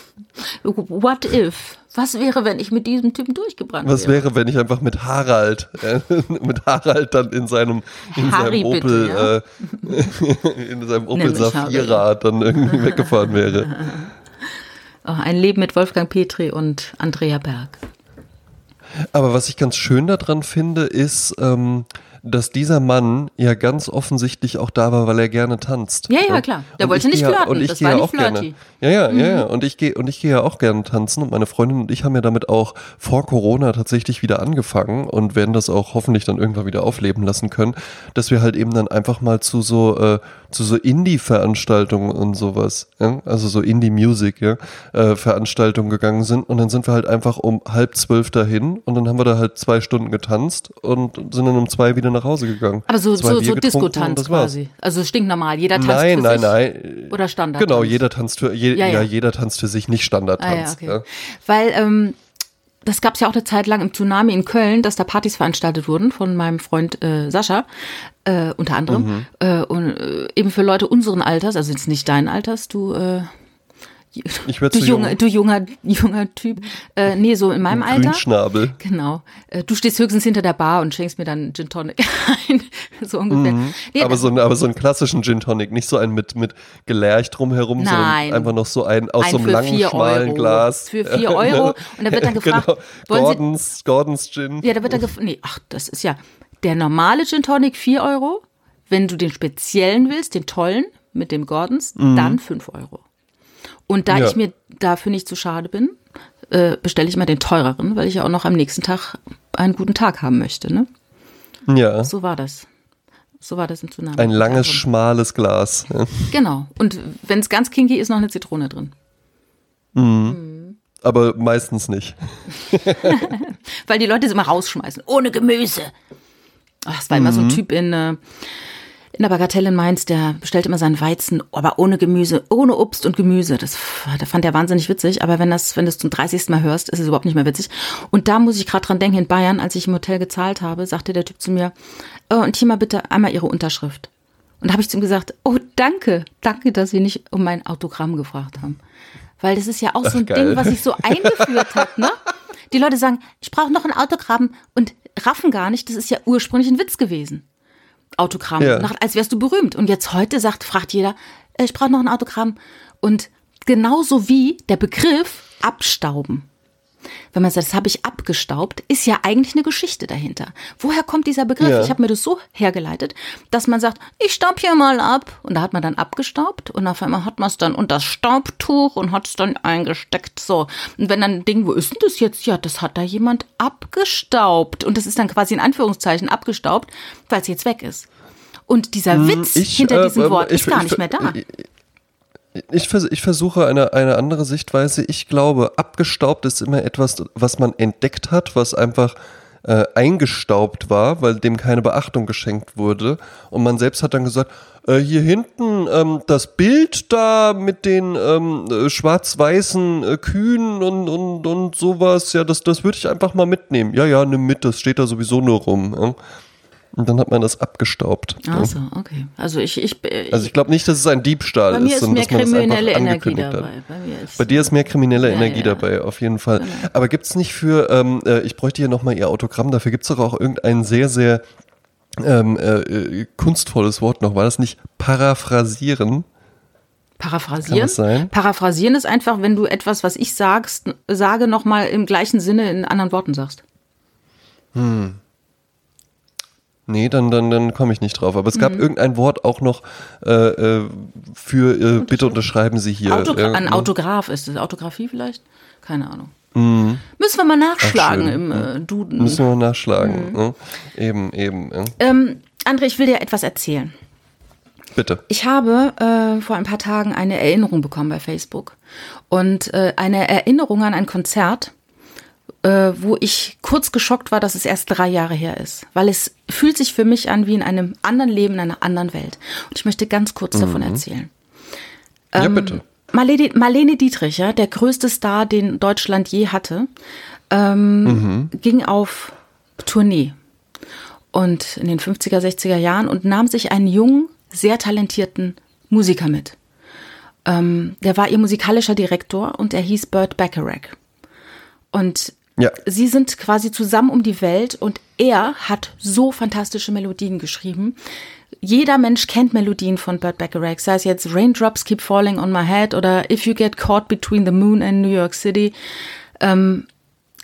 B: What if? Was wäre, wenn ich mit diesem Typen durchgebrannt wäre?
A: Was wäre, wenn ich einfach mit Harald dann in seinem Opel, in seinem Opel Safira dann irgendwie weggefahren wäre?
B: Oh, ein Leben mit Wolfgang Petri und Andrea Berg.
A: Aber was ich ganz schön daran finde, ist, dass dieser Mann ja ganz offensichtlich auch da war, weil er gerne tanzt.
B: Ja, klar. Der wollte nicht flirten, das war nicht flirty.
A: Ja. Und ich gehe ja auch gerne tanzen und meine Freundin und ich haben ja damit auch vor Corona tatsächlich wieder angefangen und werden das auch hoffentlich dann irgendwann wieder aufleben lassen können, dass wir halt eben dann einfach mal zu so Indie-Veranstaltungen und sowas, ja? Also so Indie-Music, ja? Veranstaltungen gegangen sind und dann sind wir halt einfach um 11:30 dahin und dann haben wir da halt 2 Stunden getanzt und sind dann um 2 wieder nach Hause gegangen.
B: Aber so Disco-Tanz quasi. Also stinknormal, jeder tanzt für sich. Nein. Oder Standard.
A: Genau, jeder tanzt jeder tanzt für sich, nicht Standardtanz.
B: Okay. Ja. Weil das gab es ja auch eine Zeit lang im Tsunami in Köln, dass da Partys veranstaltet wurden von meinem Freund Sascha, unter anderem. Und eben für Leute unseren Alters, also jetzt nicht dein Alters, du junger Typ. Nee, so in meinem Alter.
A: Grünschnabel.
B: Genau. Du stehst höchstens hinter der Bar und schenkst mir dann Gin Tonic ein. So ungefähr. Nee,
A: aber so einen klassischen Gin Tonic, nicht so einen mit Gelärch drumherum, sondern einfach noch so einen aus so einem langen, schmalen Glas.
B: Für 4 Euro. Und da wird dann gefragt,
A: genau. Gordons Gin.
B: Ja, da wird dann gefragt, das ist ja der normale Gin Tonic 4 Euro. Wenn du den speziellen willst, den tollen mit dem Gordons, dann 5 Euro. Und da ich mir dafür nicht zu schade bin, bestelle ich immer den teureren, weil ich ja auch noch am nächsten Tag einen guten Tag haben möchte. Ne?
A: Ja.
B: So war das. So war das im Tsunami.
A: Ein langes, schmales Glas. Ja.
B: Genau. Und wenn es ganz kinky ist, noch eine Zitrone drin.
A: Aber meistens nicht.
B: Weil die Leute es immer rausschmeißen. Ohne Gemüse. Das war immer so ein Typ in der Bagatelle in Mainz, der bestellt immer seinen Weizen, aber ohne Gemüse, ohne Obst und Gemüse. Das fand er wahnsinnig witzig, aber wenn du es zum 30. Mal hörst, ist es überhaupt nicht mehr witzig. Und da muss ich gerade dran denken, in Bayern, als ich im Hotel gezahlt habe, sagte der Typ zu mir, und hier mal bitte einmal Ihre Unterschrift. Und da habe ich zu ihm gesagt, oh danke, dass Sie nicht um mein Autogramm gefragt haben. Weil das ist ja auch so ein Ding, was sich so eingeführt hat, ne? Die Leute sagen, ich brauche noch ein Autogramm und raffen gar nicht, das ist ja ursprünglich ein Witz gewesen. Autogramm, als wärst du berühmt. Und jetzt heute fragt jeder, ich brauche noch ein Autogramm. Und genauso wie der Begriff abstauben. Wenn man sagt, das habe ich abgestaubt, ist ja eigentlich eine Geschichte dahinter. Woher kommt dieser Begriff? Ja. Ich habe mir das so hergeleitet, dass man sagt, ich staub hier mal ab. Und da hat man dann abgestaubt und auf einmal hat man es dann unter das Staubtuch und hat es dann eingesteckt. So. Und wenn dann ein Ding, wo ist denn das jetzt? Ja, das hat da jemand abgestaubt. Und das ist dann quasi in Anführungszeichen abgestaubt, weil es jetzt weg ist. Und dieser Witz hinter diesem Wort ist gar nicht mehr da.
A: Ich versuche eine andere Sichtweise. Ich glaube, abgestaubt ist immer etwas, was man entdeckt hat, was einfach eingestaubt war, weil dem keine Beachtung geschenkt wurde. Und man selbst hat dann gesagt, hier hinten das Bild da mit den schwarz-weißen Kühen und sowas, ja, das würde ich einfach mal mitnehmen. Ja, nimm mit, das steht da sowieso nur rum. Ja. Und dann hat man das abgestaubt.
B: Ach so, okay. Also ich
A: glaube nicht, dass es ein Diebstahl ist, sondern dass man das einfach angekündigt hat. Bei dir ist mehr kriminelle Energie dabei, auf jeden Fall. Genau. Aber gibt es nicht für, ich bräuchte hier nochmal Ihr Autogramm, dafür gibt es doch auch irgendein sehr, sehr kunstvolles Wort noch. War das nicht paraphrasieren?
B: Paraphrasieren?
A: Kann das sein?
B: Paraphrasieren ist einfach, wenn du etwas, was ich sage, nochmal im gleichen Sinne in anderen Worten sagst.
A: Nee, dann komme ich nicht drauf. Aber es gab irgendein Wort auch noch für bitte unterschreiben Sie hier.
B: Ein Autograph ist es. Autographie vielleicht? Keine Ahnung. Müssen wir mal nachschlagen im Duden.
A: Müssen wir mal nachschlagen. Ne? Eben. Ja.
B: André, ich will dir etwas erzählen.
A: Bitte.
B: Ich habe vor ein paar Tagen eine Erinnerung bekommen bei Facebook. Und eine Erinnerung an ein Konzert, wo ich kurz geschockt war, dass es erst 3 Jahre her ist. Weil es fühlt sich für mich an wie in einem anderen Leben, in einer anderen Welt. Und ich möchte ganz kurz davon erzählen.
A: Ja, bitte.
B: Marlene Dietrich, ja, der größte Star, den Deutschland je hatte, ging auf Tournee. Und in den 50er, 60er Jahren und nahm sich einen jungen, sehr talentierten Musiker mit. Der war ihr musikalischer Direktor und er hieß Burt Bacharach. Und sie sind quasi zusammen um die Welt und er hat so fantastische Melodien geschrieben. Jeder Mensch kennt Melodien von Burt Bacharach, sei es jetzt Raindrops Keep Falling on My Head oder If You Get Caught Between the Moon and New York City.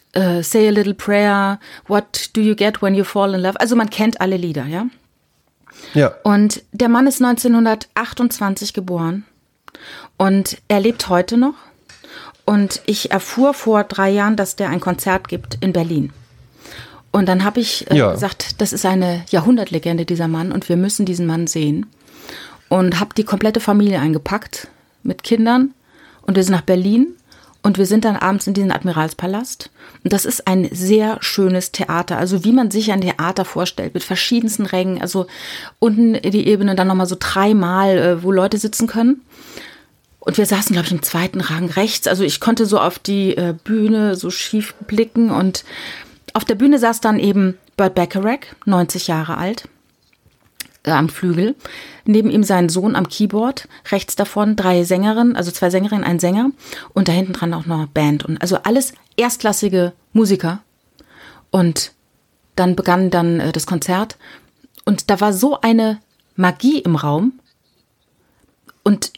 B: Say a Little Prayer, What Do You Get When You Fall in Love? Also man kennt alle Lieder, ja?
A: Ja.
B: Und der Mann ist 1928 geboren und er lebt heute noch. Und ich erfuhr vor 3 Jahren, dass der ein Konzert gibt in Berlin. Und dann habe ich gesagt, das ist eine Jahrhundertlegende, dieser Mann, und wir müssen diesen Mann sehen. Und habe die komplette Familie eingepackt mit Kindern und wir sind nach Berlin. Und wir sind dann abends in diesem Admiralspalast. Und das ist ein sehr schönes Theater. Also wie man sich ein Theater vorstellt, mit verschiedensten Rängen. Also unten die Ebene, dann nochmal so 3-mal, wo Leute sitzen können. Und wir saßen, glaube ich, im 2. Rang rechts. Also ich konnte so auf die Bühne so schief blicken. Und auf der Bühne saß dann eben Burt Bacharach, 90 Jahre alt, am Flügel. Neben ihm sein Sohn am Keyboard, rechts davon 3 Sängerinnen, also 2 Sängerinnen, ein Sänger und da hinten dran auch noch eine Band. Und also alles erstklassige Musiker. Und dann begann das Konzert und da war so eine Magie im Raum. Und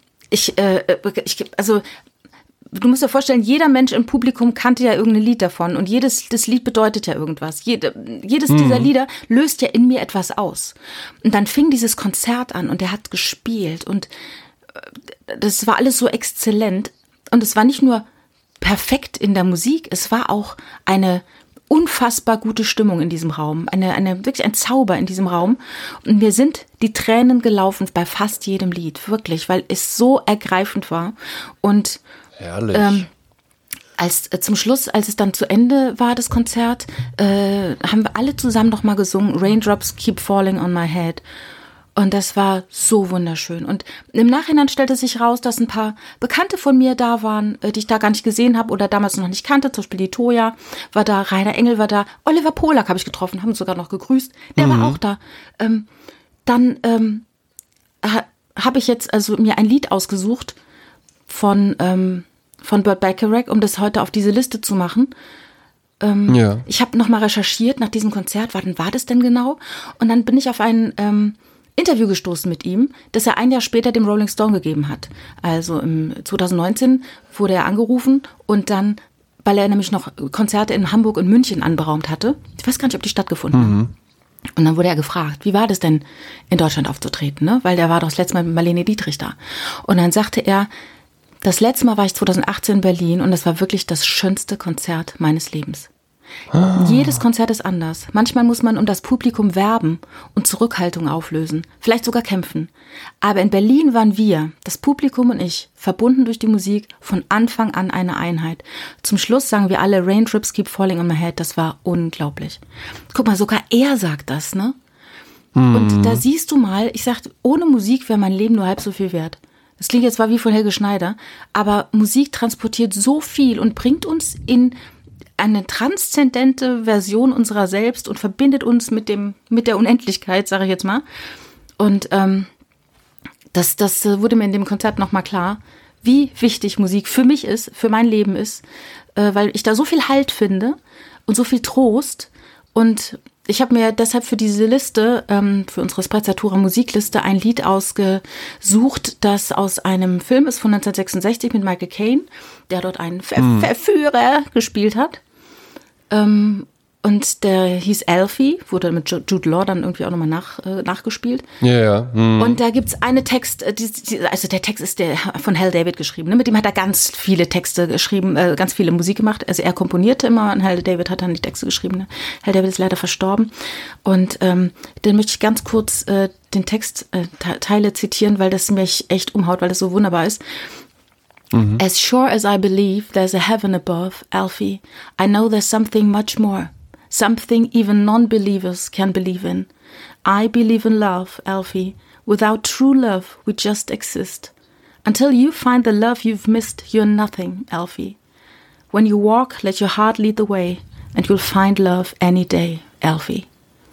B: also du musst dir vorstellen, jeder Mensch im Publikum kannte ja irgendein Lied davon und das Lied bedeutet ja irgendwas. Jedes dieser Lieder löst ja in mir etwas aus. Und dann fing dieses Konzert an und er hat gespielt und das war alles so exzellent und es war nicht nur perfekt in der Musik, es war auch eine unfassbar gute Stimmung in diesem Raum, wirklich ein Zauber in diesem Raum. Und mir sind die Tränen gelaufen bei fast jedem Lied, wirklich, weil es so ergreifend war. Und
A: herrlich.
B: Zum Schluss, als es dann zu Ende war, das Konzert, haben wir alle zusammen nochmal gesungen, Raindrops Keep Falling on My Head. Und das war so wunderschön. Und im Nachhinein stellte sich raus, dass ein paar Bekannte von mir da waren, die ich da gar nicht gesehen habe oder damals noch nicht kannte. Zum Beispiel die Toja war da, Rainer Engel war da, Oliver Polak habe ich getroffen, haben sogar noch gegrüßt. Der war auch da. Dann habe ich jetzt also mir ein Lied ausgesucht von Burt Bacharach, um das heute auf diese Liste zu machen. Ich habe nochmal recherchiert nach diesem Konzert, wann war das denn genau? Und dann bin ich auf ein Interview gestoßen mit ihm, das er ein Jahr später dem Rolling Stone gegeben hat. Also im 2019 wurde er angerufen und dann, weil er nämlich noch Konzerte in Hamburg und München anberaumt hatte. Ich weiß gar nicht, ob die stattgefunden haben. Und dann wurde er gefragt, wie war das denn, in Deutschland aufzutreten, ne? Weil der war doch das letzte Mal mit Marlene Dietrich da. Und dann sagte er, das letzte Mal war ich 2018 in Berlin und das war wirklich das schönste Konzert meines Lebens. Jedes Konzert ist anders. Manchmal muss man um das Publikum werben und Zurückhaltung auflösen, vielleicht sogar kämpfen. Aber in Berlin waren wir, das Publikum und ich, verbunden durch die Musik, von Anfang an eine Einheit. Zum Schluss sangen wir alle Raindrops Keep Falling on My Head. Das war unglaublich. Guck mal, sogar er sagt das, ne? Und da siehst du mal, ich sag, ohne Musik wäre mein Leben nur halb so viel wert. Das klingt jetzt zwar wie von Helge Schneider, aber Musik transportiert so viel und bringt uns in eine transzendente Version unserer selbst und verbindet uns mit der Unendlichkeit, sage ich jetzt mal. Und das wurde mir in dem Konzert nochmal klar, wie wichtig Musik für mich ist, für mein Leben ist, weil ich da so viel Halt finde und so viel Trost. Und ich habe mir deshalb für diese Liste, für unsere Sprezzatura Musikliste, ein Lied ausgesucht, das aus einem Film ist von 1966 mit Michael Caine, der dort einen Verführer gespielt hat. Und der hieß Alfie, wurde mit Jude Law dann irgendwie auch nochmal nachgespielt.
A: Ja.
B: Und da gibt's eine Text, also der Text ist von Hal David geschrieben. Ne? Mit dem hat er ganz viele Texte geschrieben, ganz viele Musik gemacht. Also er komponierte immer und Hal David hat dann die Texte geschrieben. Ne? Hal David ist leider verstorben. Und dann möchte ich ganz kurz den Textteile zitieren, weil das mich echt umhaut, weil das so wunderbar ist. As sure as I believe there's a heaven above, Alfie, I know there's something much more. Something even non-believers can believe in. I believe in love, Alfie. Without true love, we just exist. Until you find the love you've missed, you're nothing, Alfie. When you walk, let your heart lead the way, and you'll find love any day, Alfie.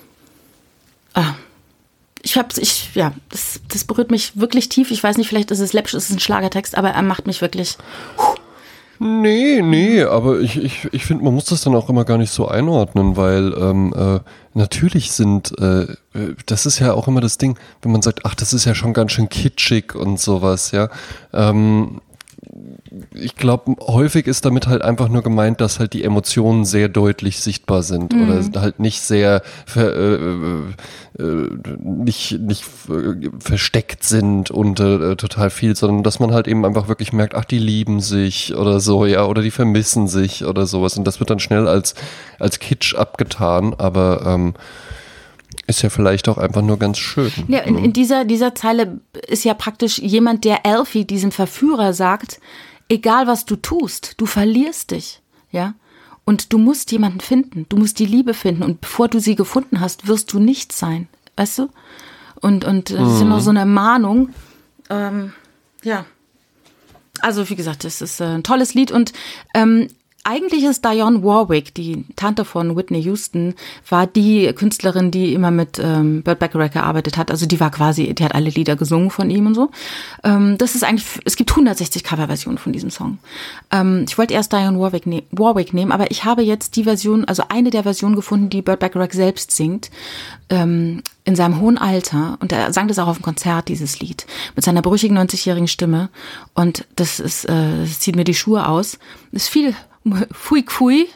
B: Das berührt mich wirklich tief. Ich weiß nicht, vielleicht ist es läppisch, ist es ein Schlagertext, aber er macht mich wirklich...
A: Nee, aber ich finde, man muss das dann auch immer gar nicht so einordnen, weil natürlich das ist ja auch immer das Ding, wenn man sagt, ach, das ist ja schon ganz schön kitschig und sowas, ja. ich glaube, häufig ist damit halt einfach nur gemeint, dass halt die Emotionen sehr deutlich sichtbar sind oder halt nicht sehr nicht versteckt sind und total viel, sondern dass man halt eben einfach wirklich merkt, ach, die lieben sich oder so, ja, oder die vermissen sich oder sowas. Und das wird dann schnell als Kitsch abgetan, aber ist ja vielleicht auch einfach nur ganz schön.
B: Ja, in dieser Zeile ist ja praktisch jemand, der Alfie, diesem Verführer, sagt, egal was du tust, du verlierst dich, ja. Und du musst jemanden finden, du musst die Liebe finden und bevor du sie gefunden hast, wirst du nichts sein, weißt du? Und das ist immer so eine Mahnung, ja. Also wie gesagt, das ist ein tolles Lied und eigentlich ist Dionne Warwick, die Tante von Whitney Houston, war die Künstlerin, die immer mit Burt Bacharach gearbeitet hat. Also die hat alle Lieder gesungen von ihm und so. Das ist eigentlich, es gibt 160 Coverversionen von diesem Song. Ich wollte erst Dionne Warwick nehmen, aber ich habe jetzt die Version, also eine der Versionen gefunden, die Burt Bacharach selbst singt, in seinem hohen Alter. Und er sang das auch auf dem Konzert, dieses Lied, mit seiner brüchigen 90-jährigen Stimme. Und das zieht mir die Schuhe aus. Das ist viel Pfui,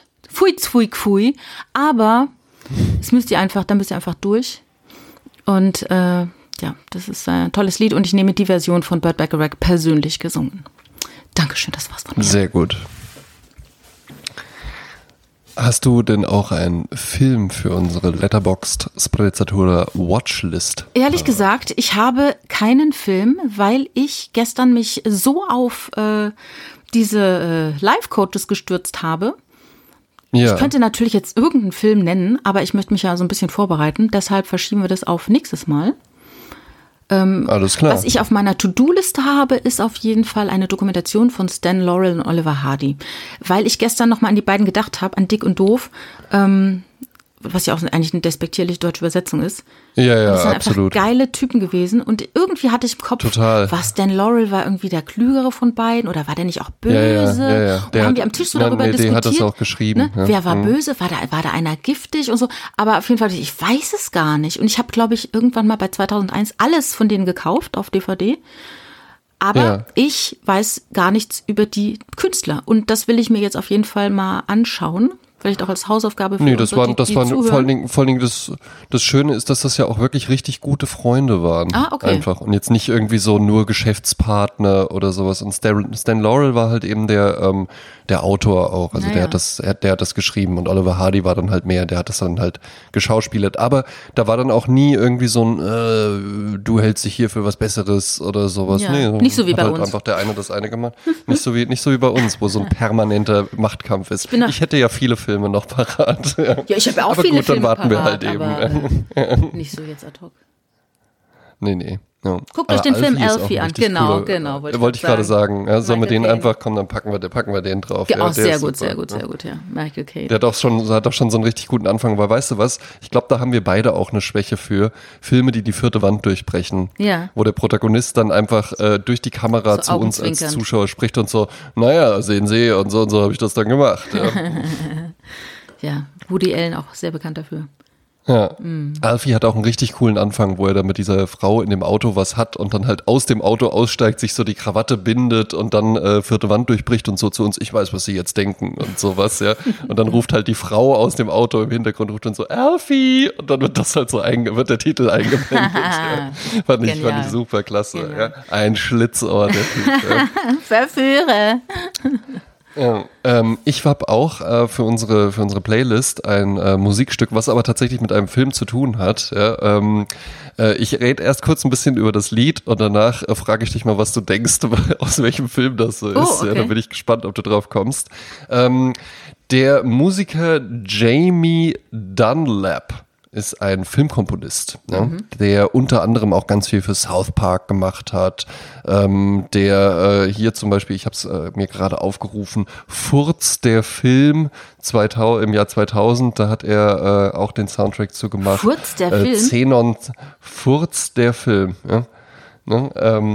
B: aber da müsst ihr einfach durch. Und ja, das ist ein tolles Lied und ich nehme die Version von Burt Bacharach persönlich gesungen. Dankeschön, das war's von mir.
A: Sehr gut. Hast du denn auch einen Film für unsere Letterboxd Sprezzatura Watchlist?
B: Ehrlich gesagt, ich habe keinen Film, weil ich gestern mich so auf diese Live-Coaches gestürzt habe. Ja. Ich könnte natürlich jetzt irgendeinen Film nennen, aber ich möchte mich ja so ein bisschen vorbereiten. Deshalb verschieben wir das auf nächstes Mal.
A: Alles klar.
B: Was ich auf meiner To-Do-Liste habe, ist auf jeden Fall eine Dokumentation von Stan Laurel und Oliver Hardy. Weil ich gestern nochmal an die beiden gedacht habe, an Dick und Doof, was ja auch eigentlich eine despektierliche deutsche Übersetzung ist.
A: Ja,
B: das sind
A: absolut.
B: Einfach geile Typen gewesen und irgendwie hatte ich im Kopf, was Stan Laurel war irgendwie der Klügere von beiden oder war der nicht auch böse?
A: Ja.
B: Und haben die am Tisch so darüber diskutiert.
A: Der hat das auch geschrieben.
B: Ne? Ja. Wer war böse? War da einer giftig und so? Aber auf jeden Fall, ich weiß es gar nicht. Und ich habe, glaube ich, irgendwann mal bei 2001 alles von denen gekauft auf DVD. Aber ich weiß gar nichts über die Künstler. Und das will ich mir jetzt auf jeden Fall mal anschauen. Vielleicht auch als Hausaufgabe für
A: das waren vor allen Dingen das Schöne ist, dass das ja auch wirklich richtig gute Freunde waren.
B: Ah, okay.
A: Einfach. Und jetzt nicht irgendwie so nur Geschäftspartner oder sowas. Und Stan Laurel war halt eben der Autor auch. Also der hat das geschrieben und Oliver Hardy war dann halt mehr, der hat das dann halt geschauspielert. Aber da war dann auch nie irgendwie so ein du hältst dich hier für was Besseres oder sowas.
B: Ja.
A: Nee,
B: nicht so wie bei
A: halt
B: uns.
A: Einfach der eine das eine gemacht. Nicht so wie bei uns, wo so ein permanenter Machtkampf ist. Ich hätte ja viele Filme noch parat.
B: Ja, ich habe ja auch
A: aber
B: viele
A: gut,
B: Filme
A: dann warten
B: parat,
A: wir halt
B: eben. Nicht so jetzt ad hoc.
A: Nee. Ja.
B: Guckt euch den Film Alfie an. Genau.
A: Wollte ich gerade sagen. Ja, sollen wir den einfach, dann packen wir den drauf.
B: Ja, sehr gut, ja. Michael Caine.
A: Der hat auch schon so einen richtig guten Anfang, weil weißt du was? Ich glaube, da haben wir beide auch eine Schwäche für Filme, die die vierte Wand durchbrechen.
B: Ja.
A: Wo der Protagonist dann einfach durch die Kamera
B: so
A: zu uns als Zuschauer spricht und so, naja, sehen Sie, und so habe ich das dann gemacht. Ja,
B: ja, Woody Allen auch sehr bekannt dafür.
A: Ja, Alfie hat auch einen richtig coolen Anfang, wo er da mit dieser Frau in dem Auto was hat und dann halt aus dem Auto aussteigt, sich so die Krawatte bindet und dann vierte Wand durchbricht und so zu uns, ich weiß, was Sie jetzt denken und sowas, ja. Und dann ruft halt die Frau aus dem Auto im Hintergrund, ruft dann so, Alfie! Und dann wird das halt so wird der Titel eingeblendet. Ja. Fand ich super klasse. Ja. Ein Schlitzohr, der Typ. Ja.
B: Verführe!
A: Ja, ich habe auch für unsere Playlist ein Musikstück, was aber tatsächlich mit einem Film zu tun hat. Ja, ich rede erst kurz ein bisschen über das Lied und danach frage ich dich mal, was du denkst, aus welchem Film das so ist.
B: Okay.
A: Ja, da bin ich gespannt, ob du drauf kommst. Der Musiker Jamie Dunlap ist ein Filmkomponist, der unter anderem auch ganz viel für South Park gemacht hat, der hier zum Beispiel, ich habe es mir gerade aufgerufen, Furz der Film im Jahr 2000, da hat er auch den Soundtrack zu gemacht.
B: Furz der Film?
A: Xenon, Furz der Film, ja. Ne,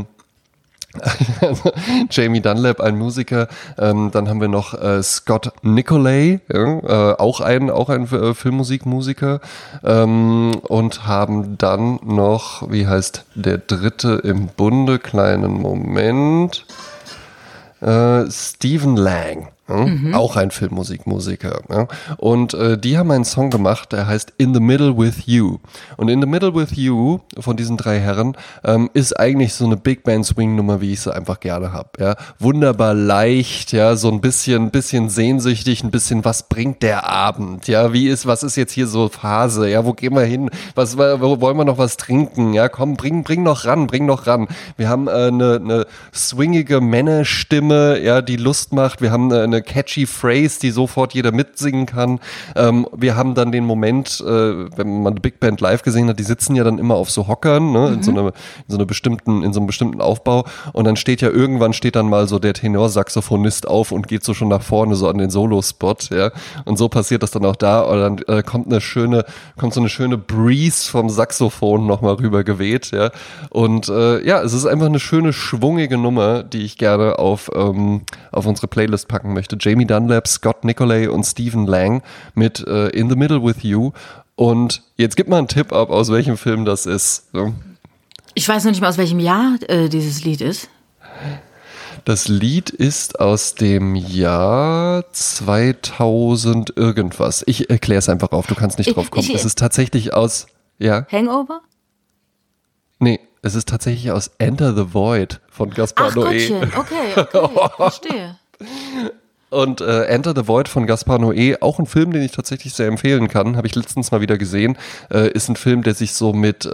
A: Jamie Dunlap, ein Musiker, dann haben wir noch Scott Nicolay, auch ein Filmmusikmusiker, und haben dann noch, wie heißt der dritte im Bunde, kleinen Moment, Stephen Lang. Auch ein Filmmusikmusiker. Ja. Und die haben einen Song gemacht, der heißt In the Middle with You. Und In the Middle with You von diesen 3 Herren ist eigentlich so eine Big Band Swing Nummer, wie ich sie einfach gerne habe. Ja. Wunderbar leicht, ja, so ein bisschen sehnsüchtig, ein bisschen, was bringt der Abend? Ja, was ist jetzt hier so Phase? Ja, wo gehen wir hin? Wo wollen wir noch was trinken? Ja, komm, bring noch ran. Wir haben eine swingige Männerstimme, ja, die Lust macht. Wir haben eine catchy Phrase, die sofort jeder mitsingen kann. Wir haben dann den Moment, wenn man die Big Band live gesehen hat, die sitzen ja dann immer auf so Hockern, ne, in so einem bestimmten Aufbau, und dann steht dann mal so der Tenorsaxophonist auf und geht so schon nach vorne, so an den Solo-Spot, ja, und so passiert das dann auch da, und dann kommt so eine schöne Breeze vom Saxophon nochmal rüber geweht, ja, und es ist einfach eine schöne, schwungige Nummer, die ich gerne auf unsere Playlist packen möchte. Jamie Dunlap, Scott Nicolay und Stephen Lang mit In the Middle with You. Und jetzt gib mal einen Tipp ab, aus welchem Film das ist. So.
B: Ich weiß noch nicht mal, aus welchem Jahr dieses Lied ist.
A: Das Lied ist aus dem Jahr 2000 irgendwas. Ich erkläre es einfach auf, du kannst nicht drauf kommen. Es ist tatsächlich aus... Ja?
B: Hangover?
A: Nee, es ist tatsächlich aus Enter the Void von Gaspar Noé.
B: Okay, verstehe.
A: Und Enter the Void von Gaspar Noé, auch ein Film, den ich tatsächlich sehr empfehlen kann, habe ich letztens mal wieder gesehen, ist ein Film, der sich so mit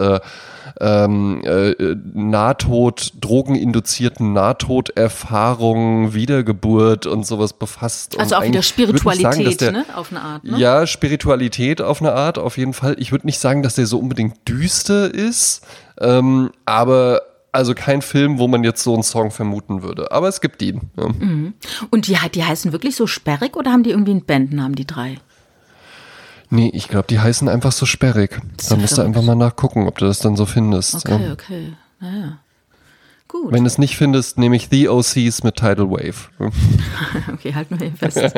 A: drogeninduzierten Nahtoderfahrungen, Wiedergeburt und sowas befasst.
B: Also
A: und
B: auch wieder Spiritualität, ne? Auf eine Art, ne?
A: Ja, Spiritualität auf eine Art, auf jeden Fall. Ich würde nicht sagen, dass der so unbedingt düster ist, aber also kein Film, wo man jetzt so einen Song vermuten würde. Aber es gibt ihn. Ja.
B: Und die heißen wirklich so sperrig oder haben die irgendwie einen Bandnamen, die 3?
A: Nee, ich glaube, die heißen einfach so sperrig. Da musst du einfach mal nachgucken, ob du das dann so findest.
B: Okay. Naja. Gut.
A: Wenn du es nicht findest, nehme ich The OCs mit Tidal Wave.
B: Okay, halten wir hier fest.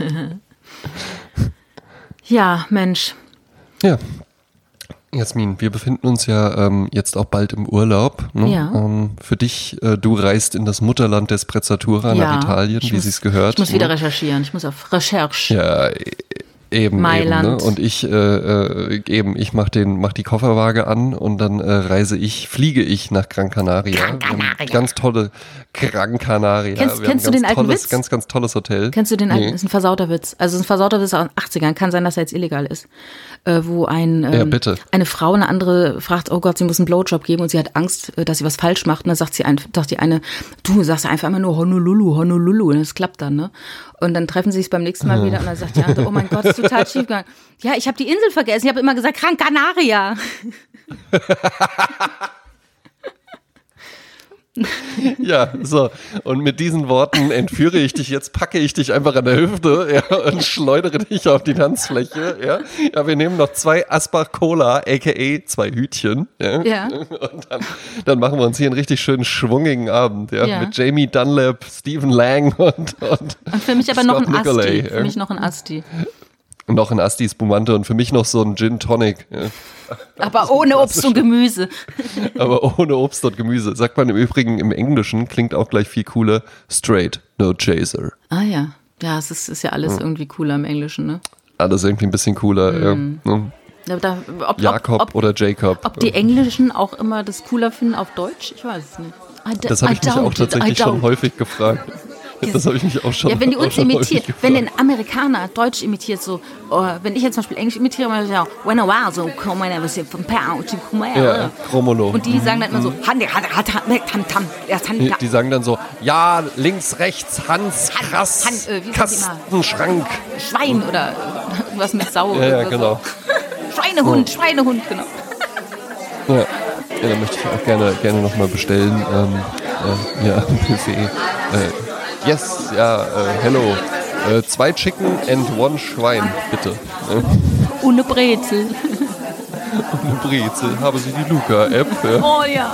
B: Ja, Mensch.
A: Ja. Jasmin, wir befinden uns ja jetzt auch bald im Urlaub. Ne?
B: Ja.
A: Für dich, du reist in das Mutterland der Sprezzatura nach Italien, wie sie es gehört.
B: Ich muss wieder recherchieren, ich muss auf Recherche.
A: Ja, eben.
B: Mailand.
A: Ne? Und ich mach die Kofferwaage an und dann fliege ich nach Gran Canaria.
B: Gran Canaria.
A: Ganz tolle Gran Canaria.
B: Kennst du den alten Witz?
A: Ganz, ganz tolles Hotel.
B: Kennst du den alten? Das ist ein versauter Witz. Also ein versauter Witz aus den 80ern. Kann sein, dass er jetzt illegal ist. Wo eine Frau eine andere fragt, oh Gott, sie muss einen Blowjob geben und sie hat Angst, dass sie was falsch macht. Und dann sagt die eine, du sagst einfach immer nur Honolulu. Und das klappt dann, ne? Und dann treffen sie sich beim nächsten Mal wieder und dann sagt die andere, oh mein Gott, ist total schief gegangen. Ja, ich habe die Insel vergessen. Ich habe immer gesagt, Gran Canaria.
A: Ja, so. Und mit diesen Worten entführe ich dich jetzt, packe ich dich einfach an der Hüfte, ja, und schleudere dich auf die Tanzfläche, ja. Ja, wir nehmen noch 2 Asbach Cola, aka 2 Hütchen, ja. Und dann machen wir uns hier einen richtig schönen schwungigen Abend, ja. Mit Jamie Dunlap, Stephen Lang und
B: für mich aber noch ein
A: Nicolay,
B: Asti. Für mich noch ein Asti.
A: Noch ein Asti Spumante und für mich noch so ein Gin Tonic. Ja.
B: Aber ohne Obst und Gemüse.
A: Aber ohne Obst und Gemüse. Sagt man im Übrigen im Englischen, klingt auch gleich viel cooler. Straight, no chaser.
B: Ah ja. Ja, es ist ja alles irgendwie cooler im Englischen, ne?
A: Alles irgendwie ein bisschen cooler, ja. Jakob oder Jacob.
B: Ob die Englischen auch immer das cooler finden auf Deutsch? Ich weiß es nicht.
A: Das habe ich mich auch tatsächlich schon häufig gefragt. Das habe ich mich auch schon.
B: Ja, wenn die uns imitieren, wenn ein Amerikaner Deutsch imitiert, so, wenn ich jetzt zum Beispiel Englisch imitiere, dann sage ich, when I was so, come when I was from pound to come
A: ja, Chromono.
B: Und die sagen dann immer so,
A: die sagen dann so, ja, links, rechts, Hans, krass, Kastenschrank.
B: Schwein oder was mit Sau.
A: Ja, genau.
B: So. Schweinehund, genau.
A: Ja, da möchte ich auch gerne nochmal bestellen. Buffet. Yes, hello. 2 Chicken and 1 Schwein, bitte.
B: Ohne Brezel.
A: Ohne Brezel. Haben Sie die Luca-App? Ja.
B: Oh ja.